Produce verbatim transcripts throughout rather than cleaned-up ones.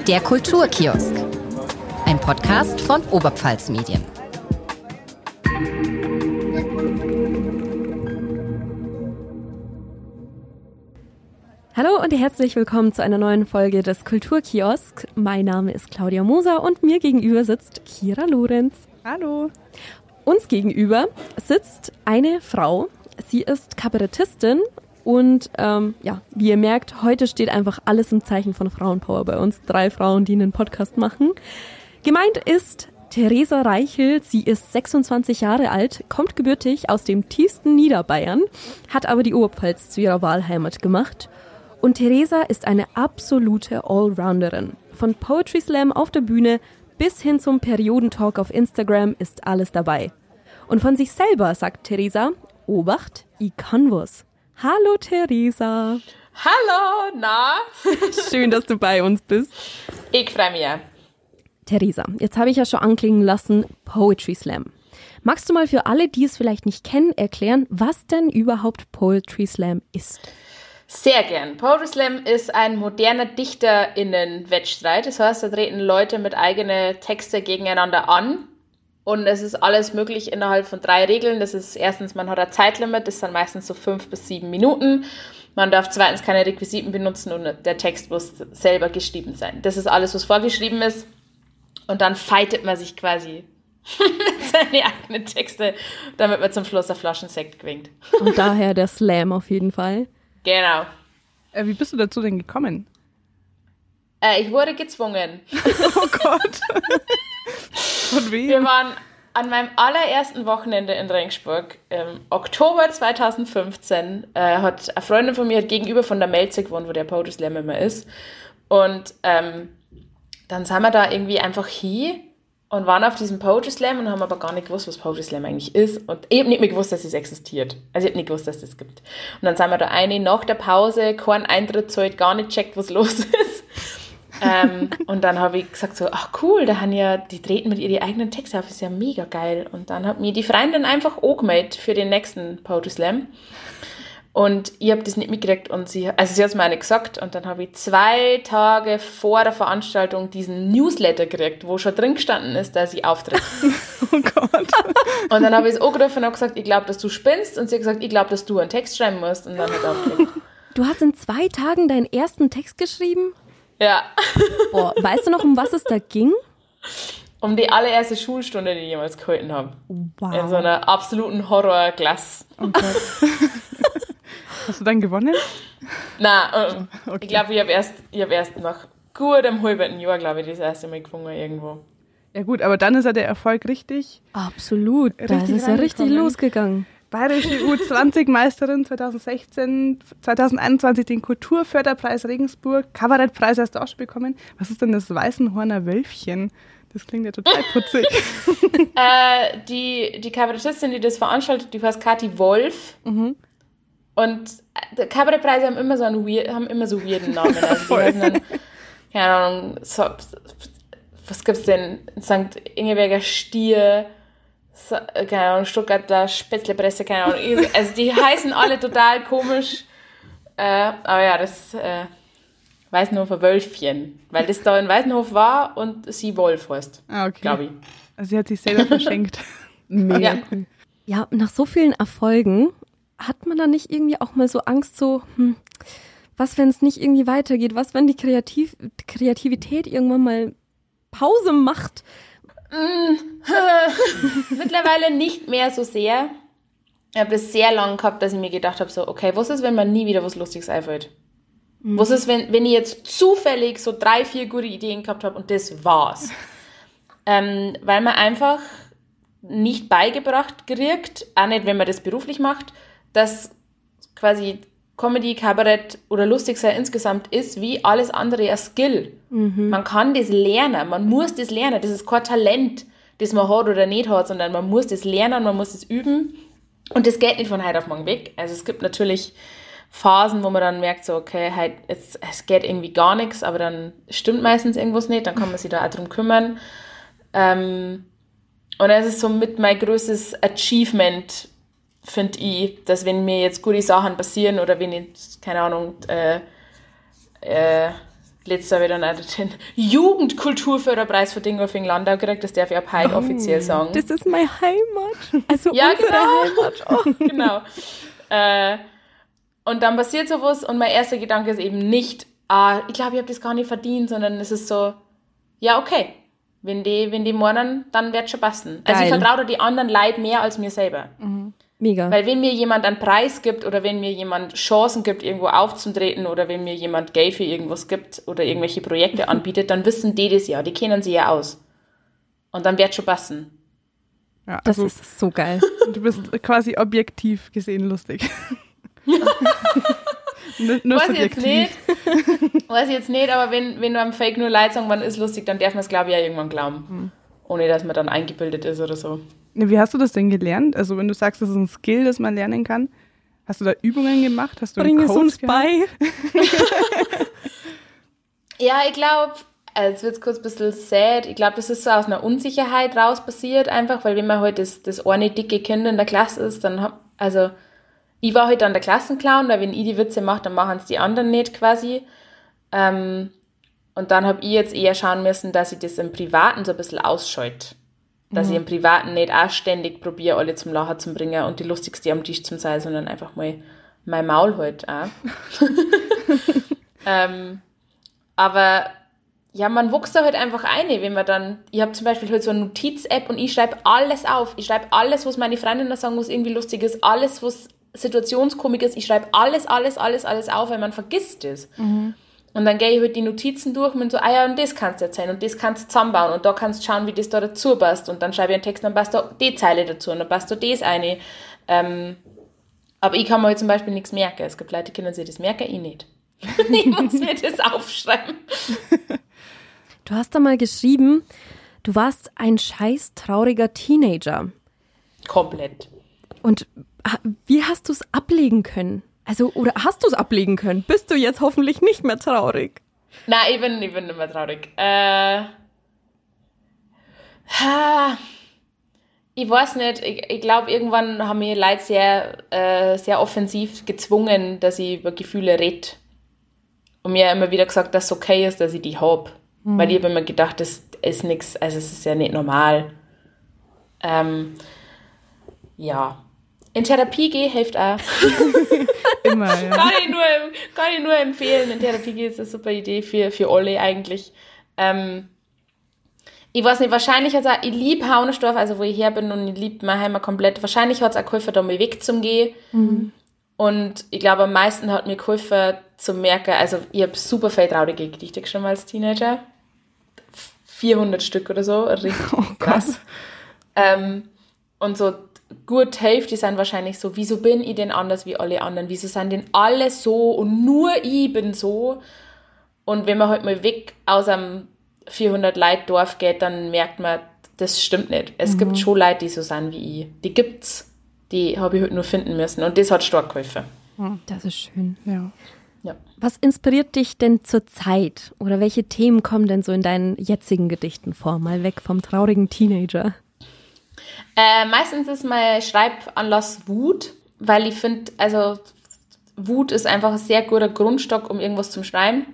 Der Kulturkiosk, ein Podcast von Oberpfalz Medien. Hallo und herzlich willkommen zu einer neuen Folge des Kulturkiosk. Mein Name ist Claudia Moser und mir gegenüber sitzt Kira Lorenz. Hallo. Uns gegenüber sitzt eine Frau. Sie ist Kabarettistin und ähm, ja, wie ihr merkt, heute steht einfach alles im Zeichen von Frauenpower bei uns. Drei Frauen, die einen Podcast machen. Gemeint ist Theresa Reichel. Sie ist sechsundzwanzig Jahre alt, kommt gebürtig aus dem tiefsten Niederbayern, hat aber die Oberpfalz zu ihrer Wahlheimat gemacht. Und Theresa ist eine absolute Allrounderin. Von Poetry Slam auf der Bühne bis hin zum Periodentalk auf Instagram ist alles dabei. Und von sich selber sagt Theresa, Obacht, ich kann was. Hallo Theresa. Hallo, na? Schön, dass du bei uns bist. Ich freue mich. Theresa, jetzt habe ich ja schon anklingen lassen, Poetry Slam. Magst du mal für alle, die es vielleicht nicht kennen, erklären, was denn überhaupt Poetry Slam ist? Sehr gern. Poetry Slam ist ein moderner DichterInnen-Wettstreit. Das heißt, da treten Leute mit eigenen Texten gegeneinander an. Und es ist alles möglich innerhalb von drei Regeln. Das ist erstens, man hat ein Zeitlimit, das sind meistens so fünf bis sieben Minuten. Man darf zweitens keine Requisiten benutzen und der Text muss selber geschrieben sein. Das ist alles, was vorgeschrieben ist. Und dann fightet man sich quasi mit seinen eigenen Texte, damit man zum Schluss eine Flaschensekt gewinnt. Und daher der Slam auf jeden Fall. Genau. Äh, wie bist du dazu denn gekommen? Äh, ich wurde gezwungen. Oh Gott. Von wem? Wir waren an meinem allerersten Wochenende in Regensburg im Oktober zweitausendfünfzehn. Äh, hat eine Freundin von mir hat gegenüber von der Melze gewohnt, wo der Poetry Slam immer ist. Und ähm, dann sind wir da irgendwie einfach hin und waren auf diesem Poetry Slam und haben aber gar nicht gewusst, was Poetry Slam eigentlich ist. Und ich habe nicht mehr gewusst, dass es existiert. Also ich habe nicht gewusst, dass es das gibt. Und dann sind wir da eine nach der Pause, keinen Eintritt zahlt, gar nicht checkt, was los ist. ähm, und dann habe ich gesagt so, ach cool, da haben ja, die treten mit ihren eigenen Texten auf, ist ja mega geil. Und dann hat mir die Freundin einfach angemeldet für den nächsten Poetry Slam. Und ich habe das nicht mitgekriegt und sie, also sie hat es mir auch nicht gesagt und dann habe ich zwei Tage vor der Veranstaltung diesen Newsletter gekriegt, wo schon drin gestanden ist, dass ich auftritt. Oh Gott. Und dann habe ich es angerufen und habe gesagt, ich glaube, dass du spinnst und sie hat gesagt, ich glaube, dass du einen Text schreiben musst und dann hat er aufgelegt. Du hast in zwei Tagen deinen ersten Text geschrieben? Ja. Boah, weißt du noch, um was es da ging? Um die allererste Schulstunde, die ich jemals gehalten habe. Wow. In so einer absoluten Horrorklasse. Oh Gott. Hast du dann gewonnen? Nein, Okay. ich glaube, ich habe erst, ich hab erst nach gut einem halben Jahr, glaube ich, das erste Mal gefunden irgendwo. Ja gut, aber dann ist ja der Erfolg richtig. Absolut, da ist Richtig es ja richtig reingekommen. losgegangen. Bayerische U zwanzig Meisterin zweitausendsechzehn, zweitausendeinundzwanzig den Kulturförderpreis Regensburg, Kabarettpreis hast du auch schon bekommen. Was ist denn das Weißenhorner Wölfchen? Das klingt ja total putzig. äh, die, die Kabarettistin, die das veranstaltet, die heißt Kathi Wolf. Mhm. Und die Kabarettpreise haben immer so einen weird, haben immer so weirden Namen. Also die heißen dann, keine Ahnung, so, was gibt's denn? Sankt Ingeberger Stier, so, keine Ahnung, Stuttgarter Spätzlepresse, keine Ahnung. Also die heißen alle total komisch. Äh, aber ja, das äh, Weißenhofer Wölfchen. Weil das da in Weißenhof war und sie Wolf heißt. Ah, okay. Glaube ich. Also sie hat sich selber verschenkt. Mega Ja. cool. Ja, nach so vielen Erfolgen hat man da nicht irgendwie auch mal so Angst, so, hm, was, wenn es nicht irgendwie weitergeht? Was, wenn die Kreativ- Kreativität irgendwann mal Pause macht? Mittlerweile nicht mehr so sehr. Ich habe das sehr lange gehabt, dass ich mir gedacht habe, so, okay, was ist, wenn mir nie wieder was Lustiges einfällt? Mhm. Was ist, wenn, wenn ich jetzt zufällig so drei, vier gute Ideen gehabt habe und das war's? ähm, weil man einfach nicht beigebracht kriegt, auch nicht, wenn man das beruflich macht, dass quasi Comedy, Kabarett oder lustig sein insgesamt ist, wie alles andere ein Skill. Mhm. Man kann das lernen, man muss das lernen. Das ist kein Talent, das man hat oder nicht hat, sondern man muss das lernen, man muss das üben. Und das geht nicht von heute auf morgen weg. Also es gibt natürlich Phasen, wo man dann merkt, so okay, halt, jetzt, es geht irgendwie gar nichts, aber dann stimmt meistens irgendwas nicht, dann kann man sich da auch drum kümmern. Ähm, und es ist so mit mein größtes Achievement, finde ich, dass wenn mir jetzt gute Sachen passieren oder wenn ich, keine Ahnung, äh, äh, letztes Jahr habe ich dann auch den Jugendkulturförderpreis für Dingolfing-Landau gekriegt. Das darf ich ab heute oh, offiziell sagen. Das ist meine Heimat. Also ja, unsere genau. Heimat. Oh. Genau. Äh, und dann passiert sowas und mein erster Gedanke ist eben nicht, ah, ich glaube, ich habe das gar nicht verdient, sondern es ist so, ja, okay. Wenn die, wenn die meinen, dann wird es schon passen. Geil. Also ich vertraue da die anderen Leuten mehr als mir selber. Mhm. Mega. Weil wenn mir jemand einen Preis gibt oder wenn mir jemand Chancen gibt, irgendwo aufzutreten oder wenn mir jemand Geld für irgendwas gibt oder irgendwelche Projekte anbietet, dann wissen die das ja, die kennen sie ja aus. Und dann wird es schon passen. Ja, das also, ist so geil. Du bist quasi objektiv gesehen lustig. N- nur weiß ich jetzt nicht, weiß ich jetzt nicht, aber wenn, wenn du am Fake nur Leute sagen, man ist lustig, dann darf man es, glaube ich, ja irgendwann glauben. Hm. Ohne, dass man dann eingebildet ist oder so. Wie hast du das denn gelernt? Also wenn du sagst, das ist ein Skill, das man lernen kann, hast du da Übungen gemacht? Hast du einen Bring es Coach uns bei. Ja, ich glaube, also jetzt wird es kurz ein bisschen sad, ich glaube, das ist so aus einer Unsicherheit raus passiert, einfach, weil wenn man halt das, das eine dicke Kind in der Klasse ist, dann hab, also ich war halt dann der Klassenclown, weil wenn ich die Witze mache, dann machen es die anderen nicht quasi. Ähm, und dann habe ich jetzt eher schauen müssen, dass ich das im Privaten so ein bisschen ausschalte. Dass mhm. ich im Privaten nicht auch ständig probiere, alle zum Lachen zu bringen und die lustigste am Tisch zu sein, sondern einfach mal mein Maul halt auch. ähm, aber ja, man wächst da halt einfach ein, wenn man dann, ich habe zum Beispiel halt so eine Notiz-App und ich schreibe alles auf. Ich schreibe alles, was meine Freundinnen sagen, was irgendwie lustig ist, alles, was Situationskomik ist. Ich schreibe alles, alles, alles, alles auf, weil man vergisst es. Mhm. Und dann gehe ich halt die Notizen durch und so, ah ja, und das kannst du erzählen und das kannst du zusammenbauen und da kannst du schauen, wie das da dazu passt und dann schreibe ich einen Text, dann passt da die Zeile dazu und dann passt da das eine. Ähm, aber ich kann mir halt zum Beispiel nichts merken. Es gibt Leute, die können sich das merken, ich nicht. Ich muss mir das aufschreiben. Du hast da mal geschrieben, du warst ein scheiß trauriger Teenager. Komplett. Und wie hast du es ablegen können? Also, oder hast du es ablegen können? Bist du jetzt hoffentlich nicht mehr traurig? Nein, ich bin, ich bin nicht mehr traurig. Äh, ha, ich weiß nicht, ich, ich glaube, irgendwann haben mir Leute sehr, äh, sehr offensiv gezwungen, dass ich über Gefühle rede. Und mir immer wieder gesagt, dass es okay ist, dass ich die habe. Mhm. Weil ich habe immer gedacht, das ist nichts, also es ist ja nicht normal. Ähm, ja. In Therapie gehen hilft auch. Immer, ja. Kann ich nur, kann ich nur empfehlen. In Therapie gehen ist eine super Idee für, für alle eigentlich. Ähm, ich weiß nicht, wahrscheinlich hat es auch, ich liebe Haunerstorf, also wo ich her bin und ich liebe meine Heimat komplett. Wahrscheinlich hat es auch geholfen, da mal wegzugehen. Mhm. Und ich glaube, am meisten hat mir geholfen, zu merken, also ich habe super viele traurige Gedichte geschrieben als Teenager. vierhundert Stück oder so, richtig oh, krass. Ähm, und so gut Hälfte sind wahrscheinlich so, wieso bin ich denn anders wie alle anderen? Wieso sind denn alle so und nur ich bin so? Und wenn man halt mal weg aus einem vierhundert-Leute-Dorf geht, dann merkt man, das stimmt nicht. Es mhm. gibt schon Leute, die so sind wie ich. Die gibt's. Die habe ich halt nur finden müssen. Und das hat stark geholfen. Das ist schön. Ja. Ja. Was inspiriert dich denn zur Zeit? Oder welche Themen kommen denn so in deinen jetzigen Gedichten vor? Mal weg vom traurigen Teenager. Äh, meistens ist mein Schreibanlass Wut, weil ich finde, also Wut ist einfach ein sehr guter Grundstock, um irgendwas zu schreiben.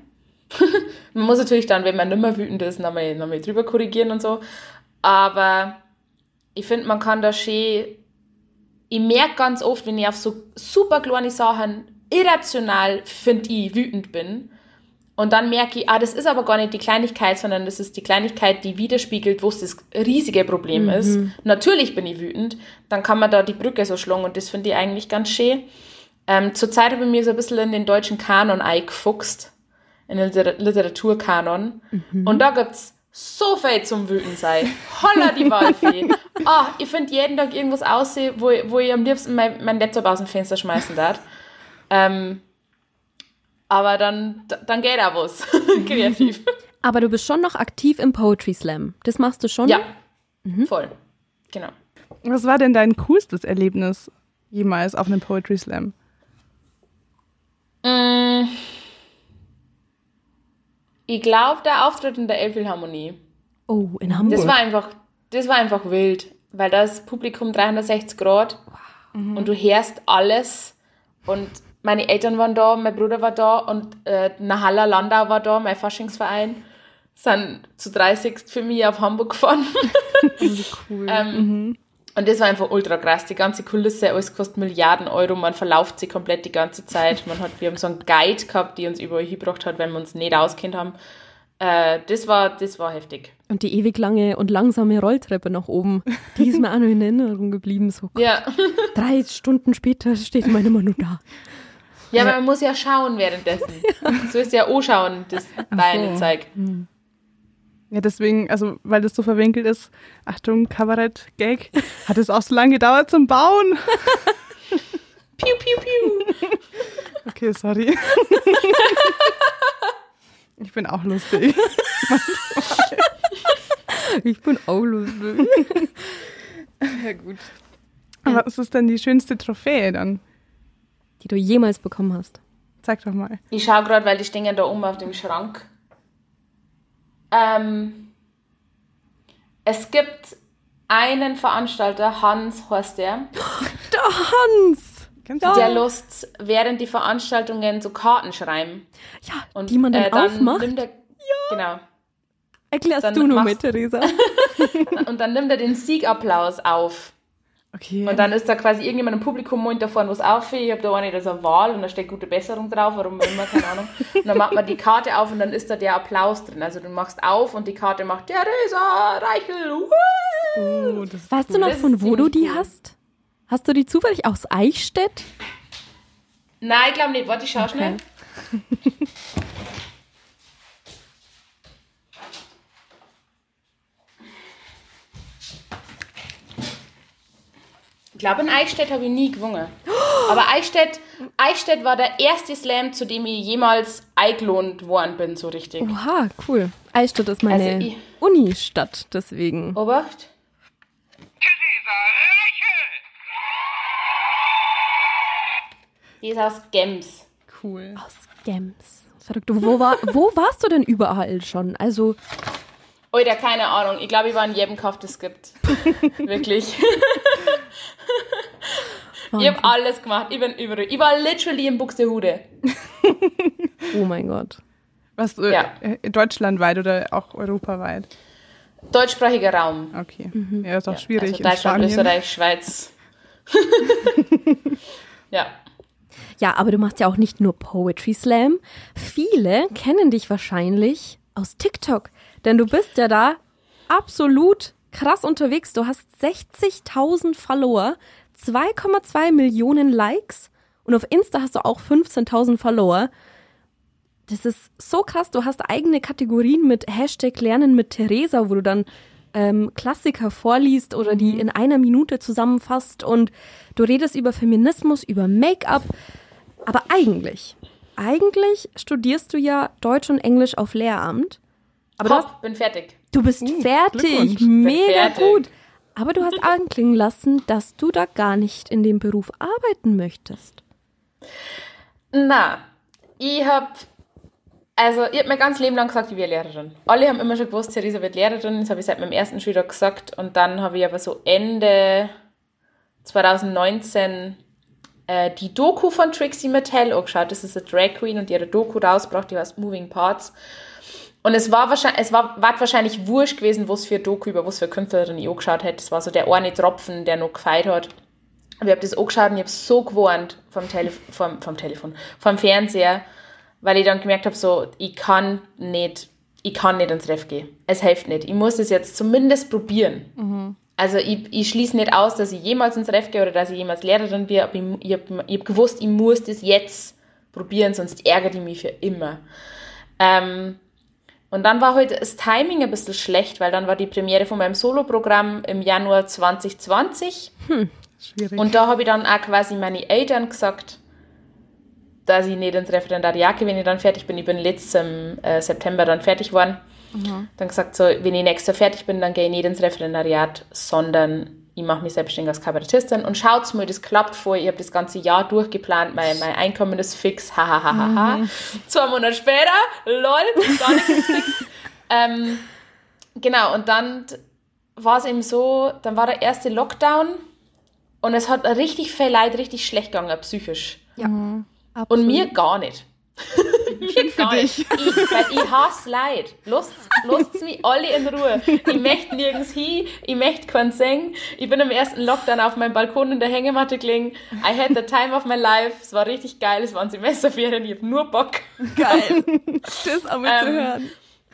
Man muss natürlich dann, wenn man nicht mehr wütend ist, nochmal, nochmal drüber korrigieren und so. Aber ich finde, man kann da schön, ich merke ganz oft, wenn ich auf so super kleine Sachen irrational, finde ich, wütend bin. Und dann merke ich, ah, das ist aber gar nicht die Kleinigkeit, sondern das ist die Kleinigkeit, die widerspiegelt, wo es das riesige Problem mhm. ist. Natürlich bin ich wütend, dann kann man da die Brücke so schlagen und das finde ich eigentlich ganz schön. Ähm, zurzeit habe ich mir so ein bisschen in den deutschen Kanon eingefuchst, in den Literaturkanon. Mhm. Und da gibt es so viel zum Wütend sein. Holla die Waldfee. Ah, ich finde jeden Tag irgendwas aussehen, wo, wo ich am liebsten mein, mein Laptop aus dem Fenster schmeißen darf. Ähm, aber dann, dann geht auch was. Kreativ. Aber du bist schon noch aktiv im Poetry Slam. Das machst du schon? Ja, mhm. voll. Genau. Was war denn dein coolstes Erlebnis jemals auf einem Poetry Slam? Mm, ich glaube, der Auftritt in der Elbphilharmonie. Oh, in Hamburg. Das war einfach, das war einfach wild, weil das Publikum dreihundertsechzig Grad wow. und du hörst alles und meine Eltern waren da, mein Bruder war da und äh, Nahalla Landau war da, mein Faschingsverein. Sind zu dreißig für mich auf Hamburg gefahren. Also cool. ähm, mhm. Und das war einfach ultra krass. Die ganze Kulisse, alles kostet Milliarden Euro. Man verlauft sie komplett die ganze Zeit. Man hat, wir haben so einen Guide gehabt, die uns überall hingebracht hat, wenn wir uns nicht auskennt haben. Äh, das war, das war heftig. Und die ewig lange und langsame Rolltreppe nach oben, die ist mir auch noch in Erinnerung geblieben. So, Gott, Ja. drei Stunden später steht meine Mama nur da. Ja, aber man muss ja schauen währenddessen. So ist ja auch schauen, das deine so. Zeug. Ja, deswegen, also weil das so verwinkelt ist, Achtung, Kabarett-Gag, hat es auch so lange gedauert zum Bauen. Piu, piu, piu. Okay, sorry. Ich bin auch lustig. Ich bin auch lustig. Ja, gut. Aber was ist denn die schönste Trophäe dann? Die du jemals bekommen hast. Sag doch mal. Ich schaue gerade, weil die stehen da oben auf dem Schrank. Ähm, es gibt einen Veranstalter, Hans heißt der, Der Hans! Kennst Ja. du der lässt während die Veranstaltungen so Karten schreiben. Ja, Und, die man dann, äh, dann aufmacht. Nimmt er, Genau. Erklärst dann du nur machst- mit, Theresa. Und dann nimmt er den Siegapplaus auf. Okay. Und dann ist da quasi irgendjemand im Publikum meint da vorne was auf. Ich habe da eine, das ist eine Wahl und da steht gute Besserung drauf, warum immer, keine Ahnung. Und dann macht man die Karte auf und dann ist da der Applaus drin. Also du machst auf und die Karte macht Theresa Reichel. Woo! Oh, das ist Weißt cool. du noch, Das ist von wo du ziemlich die cool. hast? Hast du die zufällig aus Eichstätt? Nein, ich glaube nicht. Warte, ich schau schnell. Ich glaube, in Eichstätt habe ich nie gewonnen. Aber Eichstätt, Eichstätt war der erste Slam, zu dem ich jemals eingelohnt worden bin, so richtig. Oha, cool. Eichstätt ist meine Also ich- Unistadt, deswegen. Obacht. Die ist aus Gems. Cool. Aus Gems. Verrückt. Wo, war, wo warst du denn überall schon? Also, Alter, keine Ahnung. Ich glaube, ich war in jedem Kauf, das es gibt. Wirklich. Ich Wahnsinn. habe alles gemacht. Ich bin überall. Ich war literally in Buxtehude. Oh mein Gott. Was, äh, Ja. äh, deutschlandweit oder auch europaweit? Deutschsprachiger Raum. Okay. Ja, ist auch schwierig Also in Deutschland, Spanien. Österreich, Schweiz. Ja. Ja, aber du machst ja auch nicht nur Poetry Slam. Viele kennen dich wahrscheinlich aus TikTok. Denn du bist ja da absolut krass unterwegs. Du hast sechzigtausend Follower, zwei Komma zwei Millionen Likes und auf Insta hast du auch fünfzehntausend Follower. Das ist so krass. Du hast eigene Kategorien mit Hashtag Lernen mit Theresa, wo du dann ähm, Klassiker vorliest oder die in einer Minute zusammenfasst und du redest über Feminismus, über Make-up. Aber eigentlich, eigentlich studierst du ja Deutsch und Englisch auf Lehramt. Aber du, hast, Top, bin fertig. du bist Uh, fertig, Glückwunsch. mega fertig. gut. Aber du hast anklingen lassen, dass du da gar nicht in dem Beruf arbeiten möchtest. Na, ich hab, also ich hab mein ganzes Leben lang gesagt, ich werde Lehrerin. Alle haben immer schon gewusst, Theresa wird Lehrerin, das habe ich seit meinem ersten Schultag gesagt. Und dann habe ich aber so Ende zwanzig neunzehn äh, die Doku von Trixie Mattel angeschaut. Das ist eine Drag Queen und die hat eine Doku rausgebracht, die heißt Moving Parts. Und es war wahrscheinlich, es war, war wahrscheinlich wurscht gewesen, was für eine Doku über was für eine Künstlerin ich angeschaut hätte. Das war so der eine Tropfen, der noch gefeit hat. Aber ich habe das angeschaut und ich habe so gewarnt vom, Telef- vom, vom Telefon, vom Fernseher, weil ich dann gemerkt habe, so, ich kann nicht, ich kann nicht ins Ref gehen. Es hilft nicht. Ich muss es jetzt zumindest probieren. Mhm. Also ich, ich schließe nicht aus, dass ich jemals ins Ref gehe oder dass ich jemals Lehrerin bin, aber ich, ich habe ich hab gewusst, ich muss das jetzt probieren, sonst ärgere ich mich für immer. Ähm, und dann war heute das Timing ein bisschen schlecht, weil dann war die Premiere von meinem Soloprogramm im Januar zwanzig zwanzig. Schwierig. Und da habe ich dann auch quasi meine Eltern gesagt, dass ich nicht ins Referendariat gehe, wenn ich dann fertig bin. Ich bin letzten äh, September dann fertig geworden. Dann gesagt, so, wenn ich nächstes Jahr fertig bin, dann gehe ich nicht ins Referendariat, sondern ich mache mich selbstständig als Kabarettistin. Und schaut's mal, das klappt vor. Ich habe das ganze Jahr durchgeplant. Mein, mein Einkommen ist fix. Ha, ha, ha, ha, ha. Mhm. Zwei Monate später, lol, gar nichts fix. ähm, genau, und dann war es eben so, dann war der erste Lockdown und es hat richtig viel Leid, richtig schlecht gegangen, psychisch. Ja. Und mir gar nicht. Schön für Gar dich. nicht. Ich, weil ich hasse Leid. Lasst, lasst mich alle in Ruhe. Ich möchte nirgends hin, ich möchte keinen singen. Ich bin am ersten Lockdown auf meinem Balkon in der Hängematte gelegen. I had the time of my life. Es war richtig geil, es waren Semesterferien, ich hab nur Bock. Geil. Das auch mal zu Ähm, hören.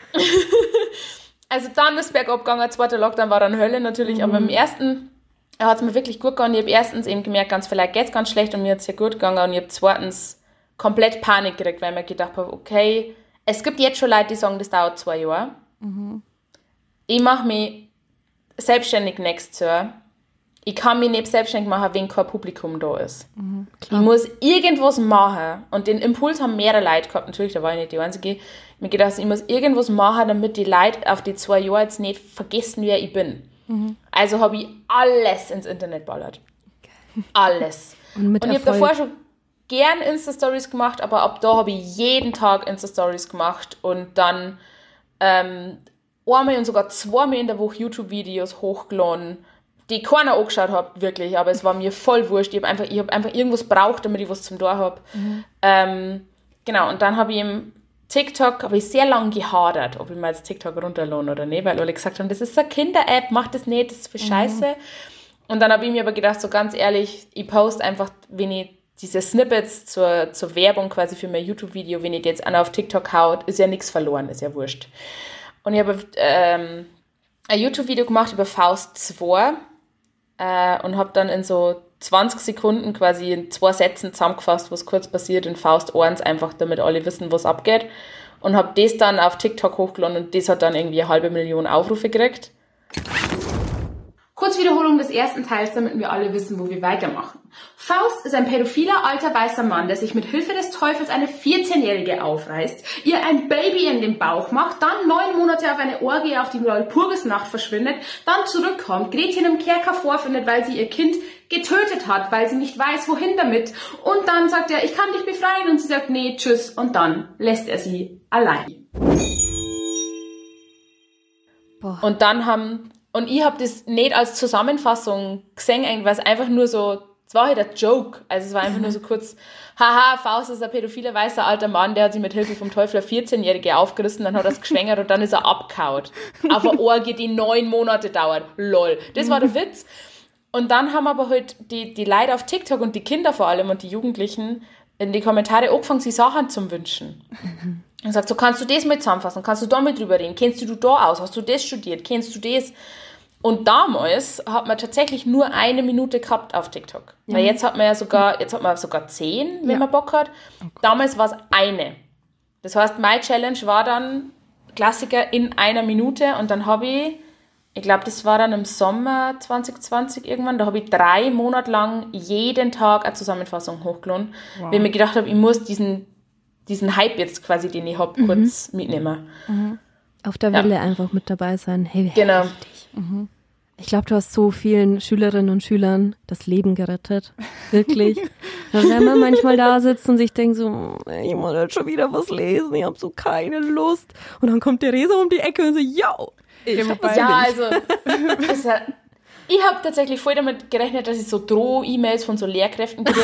Also dann ist es bergab gegangen, zweiter Lockdown war dann Hölle natürlich, aber im ersten hat es mir wirklich gut gegangen. Ich habe erstens eben gemerkt, ganz vielleicht geht es ganz schlecht und mir hat es sehr gut gegangen und ich habe zweitens komplett Panik gekriegt, weil ich mir gedacht habe, okay, es gibt jetzt schon Leute, die sagen, das dauert zwei Jahre. Mhm. Ich mache mich selbstständig nächstes Jahr. Ich kann mich nicht selbstständig machen, wenn kein Publikum da ist. Mhm, ich muss irgendwas machen. Und den Impuls haben mehrere Leute gehabt. Natürlich, da war ich nicht die Einzige. Ich habe mir gedacht, ich muss irgendwas machen, damit die Leute auf die zwei Jahre jetzt nicht vergessen, wer ich bin. Mhm. Also habe ich alles ins Internet ballert. Okay. Alles. Und, mit und ich habe davor schon gern Insta-Stories gemacht, aber ab da habe ich jeden Tag Insta-Stories gemacht und dann ähm, einmal und sogar zweimal in der Woche YouTube-Videos hochgeladen, die keiner angeschaut hat, wirklich, aber es war mir voll wurscht. Ich habe einfach, ich hab einfach irgendwas braucht, damit ich was zum Tor habe. Mhm. Ähm, genau, und dann habe ich im TikTok, habe ich sehr lange gehadert, ob ich mir jetzt TikTok runterladen oder nicht, weil alle gesagt haben, das ist eine Kinder-App, mach das nicht, das ist für Scheiße. Mhm. Und dann habe ich mir aber gedacht, so ganz ehrlich, ich poste einfach, wenn ich diese Snippets zur, zur Werbung quasi für mein YouTube-Video, wenn ich jetzt einer auf TikTok haut, ist ja nichts verloren, ist ja wurscht. Und ich habe ähm, ein YouTube-Video gemacht über Faust zwei äh, und habe dann in so zwanzig Sekunden quasi in zwei Sätzen zusammengefasst, was kurz passiert in Faust eins, einfach damit alle wissen, was abgeht. Und habe das dann auf TikTok hochgeladen und das hat dann irgendwie eine halbe Million Aufrufe gekriegt. Kurzwiederholung des ersten Teils, damit wir alle wissen, wo wir weitermachen. Faust ist ein pädophiler alter weißer Mann, der sich mit Hilfe des Teufels eine vierzehnjährige aufreißt, ihr ein Baby in den Bauch macht, dann neun Monate auf eine Orgie auf die Walpurgisnacht verschwindet, dann zurückkommt, Gretchen im Kerker vorfindet, weil sie ihr Kind getötet hat, weil sie nicht weiß, wohin damit. Und dann sagt er, ich kann dich befreien. Und sie sagt, nee, tschüss. Und dann lässt er sie allein. Boah. Und dann haben... Und ich habe das nicht als Zusammenfassung gesehen, weil es einfach nur so, es war halt ein Joke. Also es war einfach nur so kurz, haha, Faust ist ein pädophiler weißer alter Mann, der hat sich mit Hilfe vom Teufel eine vierzehnjährige aufgerissen, dann hat er es geschwängert und dann ist er abgehauen. Auf eine Orgie, die neun Monate dauert. Lol. Das war der Witz. Und dann haben aber halt die, die Leute auf TikTok und die Kinder vor allem und die Jugendlichen in die Kommentare angefangen, sich Sachen zu wünschen. Und sagt so, kannst du das mit zusammenfassen? Kannst du da mit drüber reden? Kennst du da aus? Hast du das studiert? Kennst du das? Und damals hat man tatsächlich nur eine Minute gehabt auf TikTok. Ja. Weil jetzt hat man ja sogar, jetzt hat man sogar zehn, wenn ja. man Bock hat. Okay. Damals war es eine. Das heißt, meine Challenge war dann Klassiker in einer Minute und dann habe ich, ich glaube, das war dann im Sommer zwanzig zwanzig irgendwann, da habe ich drei Monate lang jeden Tag eine Zusammenfassung hochgeladen, wow. weil ich mir gedacht habe, ich muss diesen, diesen Hype jetzt quasi, den ich habe, mhm. kurz mitnehmen. Mhm. Auf der Welle ja. einfach mit dabei sein. Hey, genau. Heftig. Mhm. Ich glaube, du hast so vielen Schülerinnen und Schülern das Leben gerettet. Wirklich. Wenn man manchmal da sitzt und sich denkt so, ich muss jetzt schon wieder was lesen, ich habe so keine Lust. Und dann kommt Theresa um die Ecke und so, yo, ich hab das ja, also, also ich habe tatsächlich voll damit gerechnet, dass ich so Droh-E-Mails von so Lehrkräften kriege,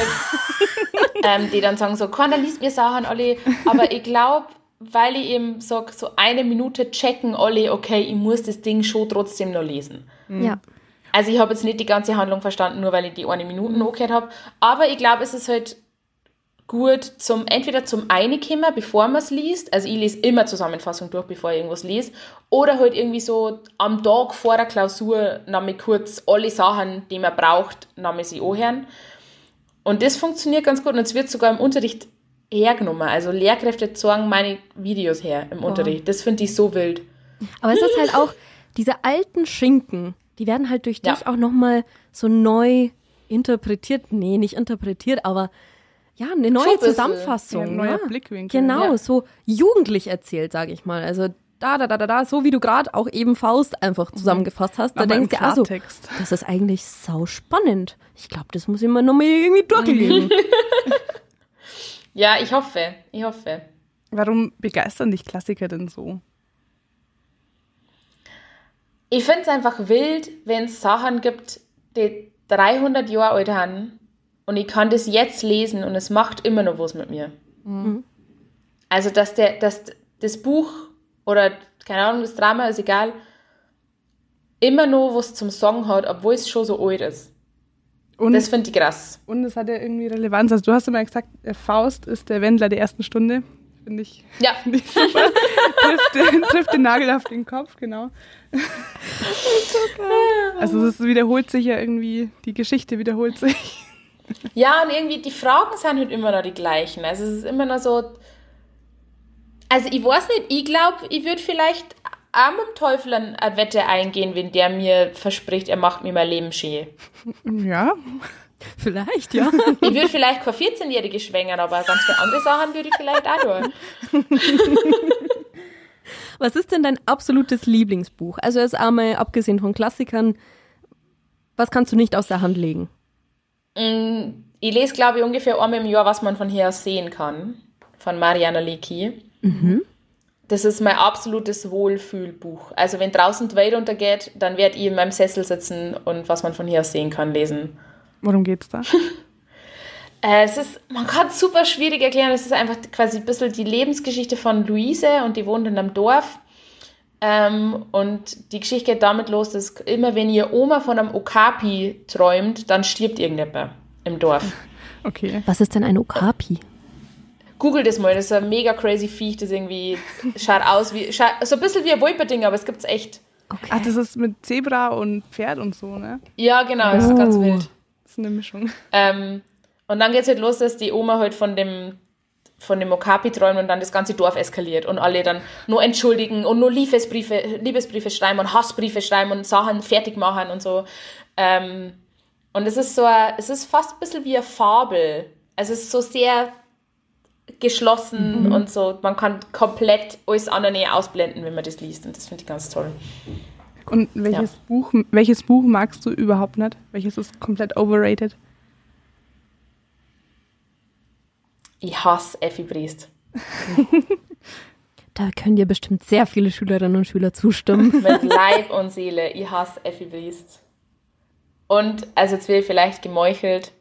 ähm, die dann sagen so, Connor, liest mir Sachen alle. Aber ich glaube, weil ich eben sage, so eine Minute checken alle, okay, ich muss das Ding schon trotzdem noch lesen. Ja. Also ich habe jetzt nicht die ganze Handlung verstanden, nur weil ich die eine Minute mhm. angehört habe. Aber ich glaube, es ist halt gut, zum entweder zum Einkommen, bevor man es liest. Also ich lese immer Zusammenfassung durch, bevor ich irgendwas lese. Oder halt irgendwie so am Tag vor der Klausur nochmal kurz alle Sachen, die man braucht, nochmal sich anhören. Und das funktioniert ganz gut. Und es wird sogar im Unterricht hergenommen. Also Lehrkräfte zeigen meine Videos her im oh. Unterricht. Das finde ich so wild. Aber es ist halt auch, diese alten Schinken, die werden halt durch dich ja. auch nochmal so neu interpretiert. Nee, nicht interpretiert, aber ja, eine neue Zusammenfassung. Ja, ein neuer ja. Blickwinkel. Genau, ja. so jugendlich erzählt, sage ich mal. Also da, da, da, da, da, so wie du gerade auch eben Faust einfach zusammengefasst hast. Da aber denkst du, also, das ist eigentlich sau spannend. Ich glaube, das muss ich mal nochmal irgendwie durchlesen. Ja, ich hoffe, ich hoffe. Warum begeistern dich Klassiker denn so? Ich finde es einfach wild, wenn es Sachen gibt, die dreihundert Jahre alt sind und ich kann das jetzt lesen und es macht immer noch was mit mir. Mhm. Also, dass, der, dass das Buch oder, keine Ahnung, das Drama, ist egal, immer noch was zum Song hat, obwohl es schon so alt ist. Und, das finde ich krass. Und es hat ja irgendwie Relevanz. Also du hast immer gesagt, Faust ist der Wendler der ersten Stunde. Finde ich, Ja. find ich super. trifft, den, trifft den Nagel auf den Kopf, genau. So geil. Also es wiederholt sich ja irgendwie, die Geschichte wiederholt sich. Ja, und irgendwie die Fragen sind halt immer noch die gleichen. Also es ist immer noch so... Also ich weiß nicht, ich glaube, ich würde vielleicht auch mit dem Teufel eine Wette eingehen, wenn der mir verspricht, er macht mir mein Leben schön. Ja. Vielleicht, ja. Ich würde vielleicht keine vierzehnjährige schwängern, aber ganz viele andere Sachen würde ich vielleicht auch tun. Was ist denn dein absolutes Lieblingsbuch? Also jetzt einmal abgesehen von Klassikern, was kannst du nicht aus der Hand legen? Ich lese, glaube ich, ungefähr einmal im Jahr, was man von hier aus sehen kann, von Mariana Leckie. Mhm. Das ist mein absolutes Wohlfühlbuch. Also wenn draußen die Welt untergeht, dann werde ich in meinem Sessel sitzen und was man von hier aus sehen kann, lesen. Worum geht's da? Äh, es ist, man kann es super schwierig erklären. Es ist einfach quasi ein bisschen die Lebensgeschichte von Luise und die wohnt in einem Dorf. Ähm, und die Geschichte geht damit los, dass immer wenn ihr Oma von einem Okapi träumt, dann stirbt irgendjemand im Dorf. Okay. Was ist denn ein Okapi? Google das mal, das ist ein mega crazy Viech, das irgendwie schaut aus wie, schaut, so ein bisschen wie ein Wolperding, aber es gibt's echt. Okay. Ach, das ist mit Zebra und Pferd und so, ne? Ja, genau, das ist Oh. ganz wild. Das ist eine Mischung. Ähm, und dann geht's halt los, dass die Oma halt von dem, von dem Okapi träumt und dann das ganze Dorf eskaliert und alle dann nur entschuldigen und nur Liebesbriefe, Liebesbriefe schreiben und Hassbriefe schreiben und Sachen fertig machen und so. Ähm, und es ist so, ein, es ist fast ein bisschen wie eine Fabel. Also es ist so sehr geschlossen mhm. und so. Man kann komplett alles andere ausblenden, wenn man das liest und das finde ich ganz toll. Und welches, Ja. Buch, welches Buch magst du überhaupt nicht? Welches ist komplett overrated? Ich hasse Effi Briest. Da können dir bestimmt sehr viele Schülerinnen und Schüler zustimmen. Mit Leib und Seele. Ich hasse Effi Briest. Und, also jetzt wird vielleicht gemeuchelt,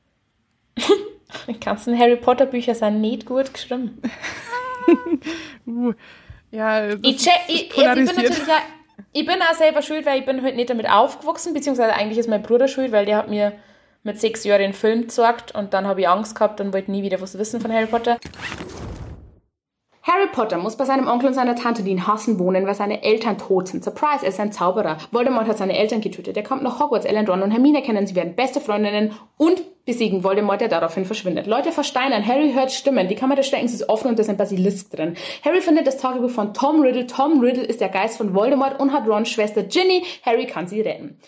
die ganzen Harry Potter Bücher sind nicht gut geschrieben. Uh, ja, das Ich, ist, check, ist ich, jetzt, ich, bin polarisiert. natürlich auch, ich bin auch selber schuld, weil ich bin halt nicht damit aufgewachsen, beziehungsweise eigentlich ist mein Bruder schuld, weil der hat mir mit sechs Jahren einen Film gezeigt und dann habe ich Angst gehabt und wollte nie wieder was wissen von Harry Potter. Harry Potter muss bei seinem Onkel und seiner Tante, die ihn hassen, wohnen, weil seine Eltern tot sind. Surprise, er ist ein Zauberer. Voldemort hat seine Eltern getötet. Er kommt nach Hogwarts, Ellen, Ron und Hermine kennen. Sie werden beste Freundinnen und besiegen Voldemort, der daraufhin verschwindet. Leute versteinern. Harry hört Stimmen. Die Kammer des Schreckens ist offen und da ist ein Basilisk drin. Harry findet das Tagebuch von Tom Riddle. Tom Riddle ist der Geist von Voldemort und hat Rons Schwester Ginny. Harry kann sie retten.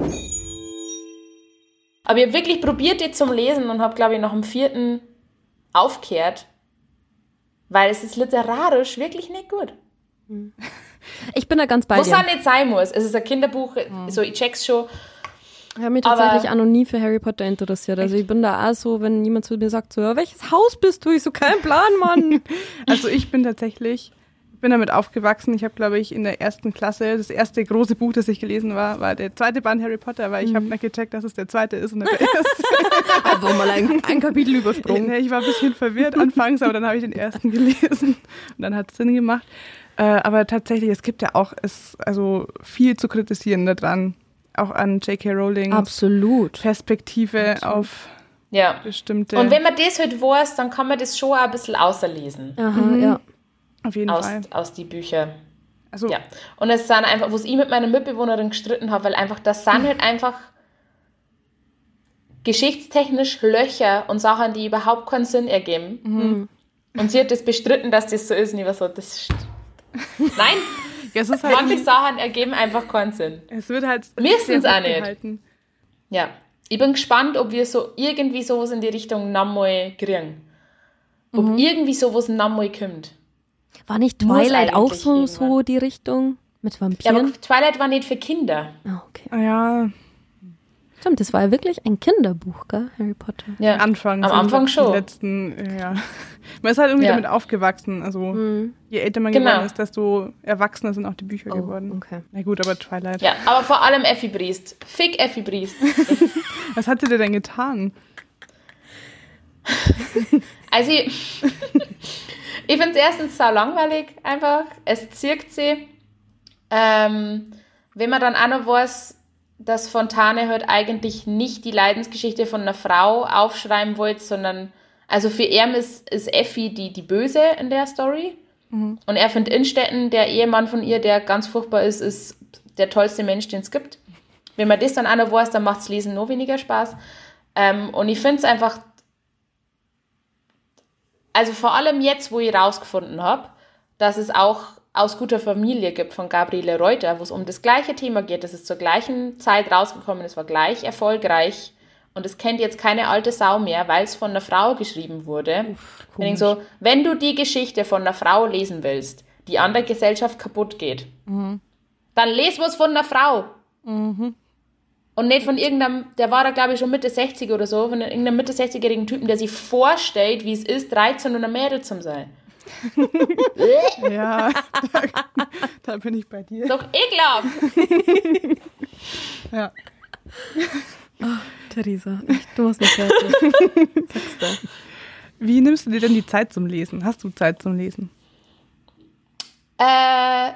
Aber ich habe wirklich probiert, die zum Lesen und habe, glaube ich, nach dem vierten aufgehört. Weil es ist literarisch wirklich nicht gut. Ich bin da ganz bei Was dir. auch nicht sein muss. Es ist ein Kinderbuch, so ich check's schon. Ich habe mich tatsächlich Aber- auch noch nie für Harry Potter interessiert. Also ich bin da auch so, wenn jemand zu mir sagt, so, ja, welches Haus bist du? Ich so, kein Plan, Mann. Also ich bin tatsächlich, ich bin damit aufgewachsen. Ich habe, glaube ich, in der ersten Klasse, das erste große Buch, das ich gelesen war, war der zweite Band Harry Potter, weil ich habe nicht gecheckt, dass es der zweite ist und nicht der erste. Einfach mal ein, ein Kapitel übersprungen. Ich war ein bisschen verwirrt anfangs, aber dann habe ich den ersten gelesen und dann hat es Sinn gemacht. Äh, aber tatsächlich, es gibt ja auch es, also viel zu kritisieren daran, auch an J K Rowlings Absolut. Perspektive Absolut. auf Ja. bestimmte, Und wenn man das halt weiß, dann kann man das schon auch ein bisschen außerlesen. Aha, ja. auf jeden Aus, Fall. aus die Bücher. Also Ja. Und es sind einfach, wo ich mit meiner Mitbewohnerin gestritten habe, weil einfach, das sind halt einfach geschichtstechnisch Löcher und Sachen, die überhaupt keinen Sinn ergeben. Mhm. Und sie hat das bestritten, dass das so ist. Und ich war so, das ist... Nein, ja, es ist halt manche Sachen ergeben einfach keinen Sinn. es wird halt Müssen's sehr auch nicht. hochgehalten. Ja. Ich bin gespannt, ob wir so irgendwie sowas in die Richtung nochmal kriegen. Ob Mhm. irgendwie sowas nochmal kommt. War nicht Muss Twilight auch eigentlich so, so irgendwann. die Richtung mit Ja, aber Vampiren? Twilight war nicht für Kinder. Ah, okay. Ah, ja, Stimmt, das war ja wirklich ein Kinderbuch, gell, Harry Potter. Ja. Anfang. Am so Anfang die schon. letzten, ja. Man ist halt irgendwie Ja. damit aufgewachsen. Also Mhm. je älter man Genau. geworden ist, desto erwachsener sind auch die Bücher Oh, geworden. okay. Na gut, aber Twilight. Ja, aber vor allem Effi Briest. Fick Effi Briest. Was hat sie dir denn getan? Also ich, ich finde es erstens sau langweilig einfach. Es zirkt sie. Ähm, wenn man dann auch noch weiß, dass Fontane halt eigentlich nicht die Leidensgeschichte von einer Frau aufschreiben wollte, sondern also für ihn ist, ist Effi die, die Böse in der Story. Mhm. Und er findet Innstetten, der Ehemann von ihr, der ganz furchtbar ist, ist der tollste Mensch, den es gibt. Wenn man das dann auch noch weiß, dann macht das Lesen noch weniger Spaß. Ähm, und ich finde es einfach, also vor allem jetzt, wo ich rausgefunden habe, dass es auch Aus guter Familie gibt von Gabriele Reuter, wo es um das gleiche Thema geht. Das ist zur gleichen Zeit rausgekommen, es war gleich erfolgreich und es kennt jetzt keine alte Sau mehr, weil es von einer Frau geschrieben wurde. Uff, ich denke so, wenn du die Geschichte von einer Frau lesen willst, die an der Gesellschaft kaputt geht, mhm. dann les was von einer Frau. Mhm. Und nicht von irgendeinem, der war da glaube ich schon Mitte sechzig oder so, von irgendeinem Mitte sechzigjährigen Typen, der sich vorstellt, wie es ist, dreizehn und ein Mädel zu sein. Ja, da, da bin ich bei dir. Doch ekelhaft. Ja. Oh, Theresa, du machst mich fertig. Sagst du. Wie nimmst du dir denn die Zeit zum Lesen? Hast du Zeit zum Lesen? Äh,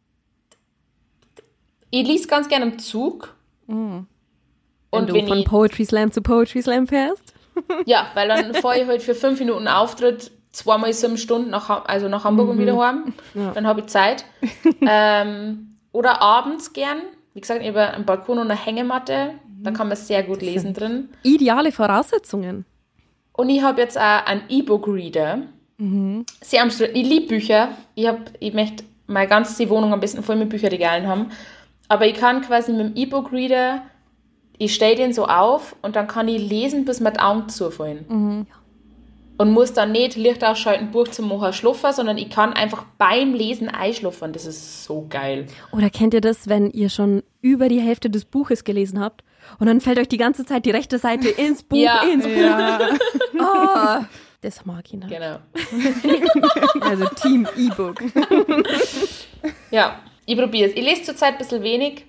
ich lese ganz gerne im Zug. Mm. Und wenn du wenn von ich, Poetry Slam zu Poetry Slam fährst? Ja, weil dann fahre ich halt für fünf Minuten Auftritt zweimal sieben Stunden nach, also nach Hamburg mhm. und wieder heim. Ja. Dann habe ich Zeit. ähm, oder abends gern. Wie gesagt, über einen Balkon und eine Hängematte. Da kann man sehr gut lesen drin. Ideale Voraussetzungen. Und ich habe jetzt auch einen E-Book-Reader. Mhm. Sehr umstritten. Ich liebe Bücher. Ich, hab, ich möchte meine ganze Wohnung am besten voll mit Bücherregalen haben. Aber ich kann quasi mit dem E-Book-Reader, ich stelle den so auf und dann kann ich lesen, bis mir die Augen zufallen. Mhm. Und muss dann nicht Licht ausschalten, Buch zum Machen, schlafen, sondern ich kann einfach beim Lesen einschlafen. Das ist so geil. Oder kennt ihr das, wenn ihr schon über die Hälfte des Buches gelesen habt und dann fällt euch die ganze Zeit die rechte Seite ins Buch, ja. ins Buch. Ja. Oh, das mag ich nicht. Genau. Also Team E-Book. Ja, ich probiere es. Ich lese zurzeit ein bisschen wenig,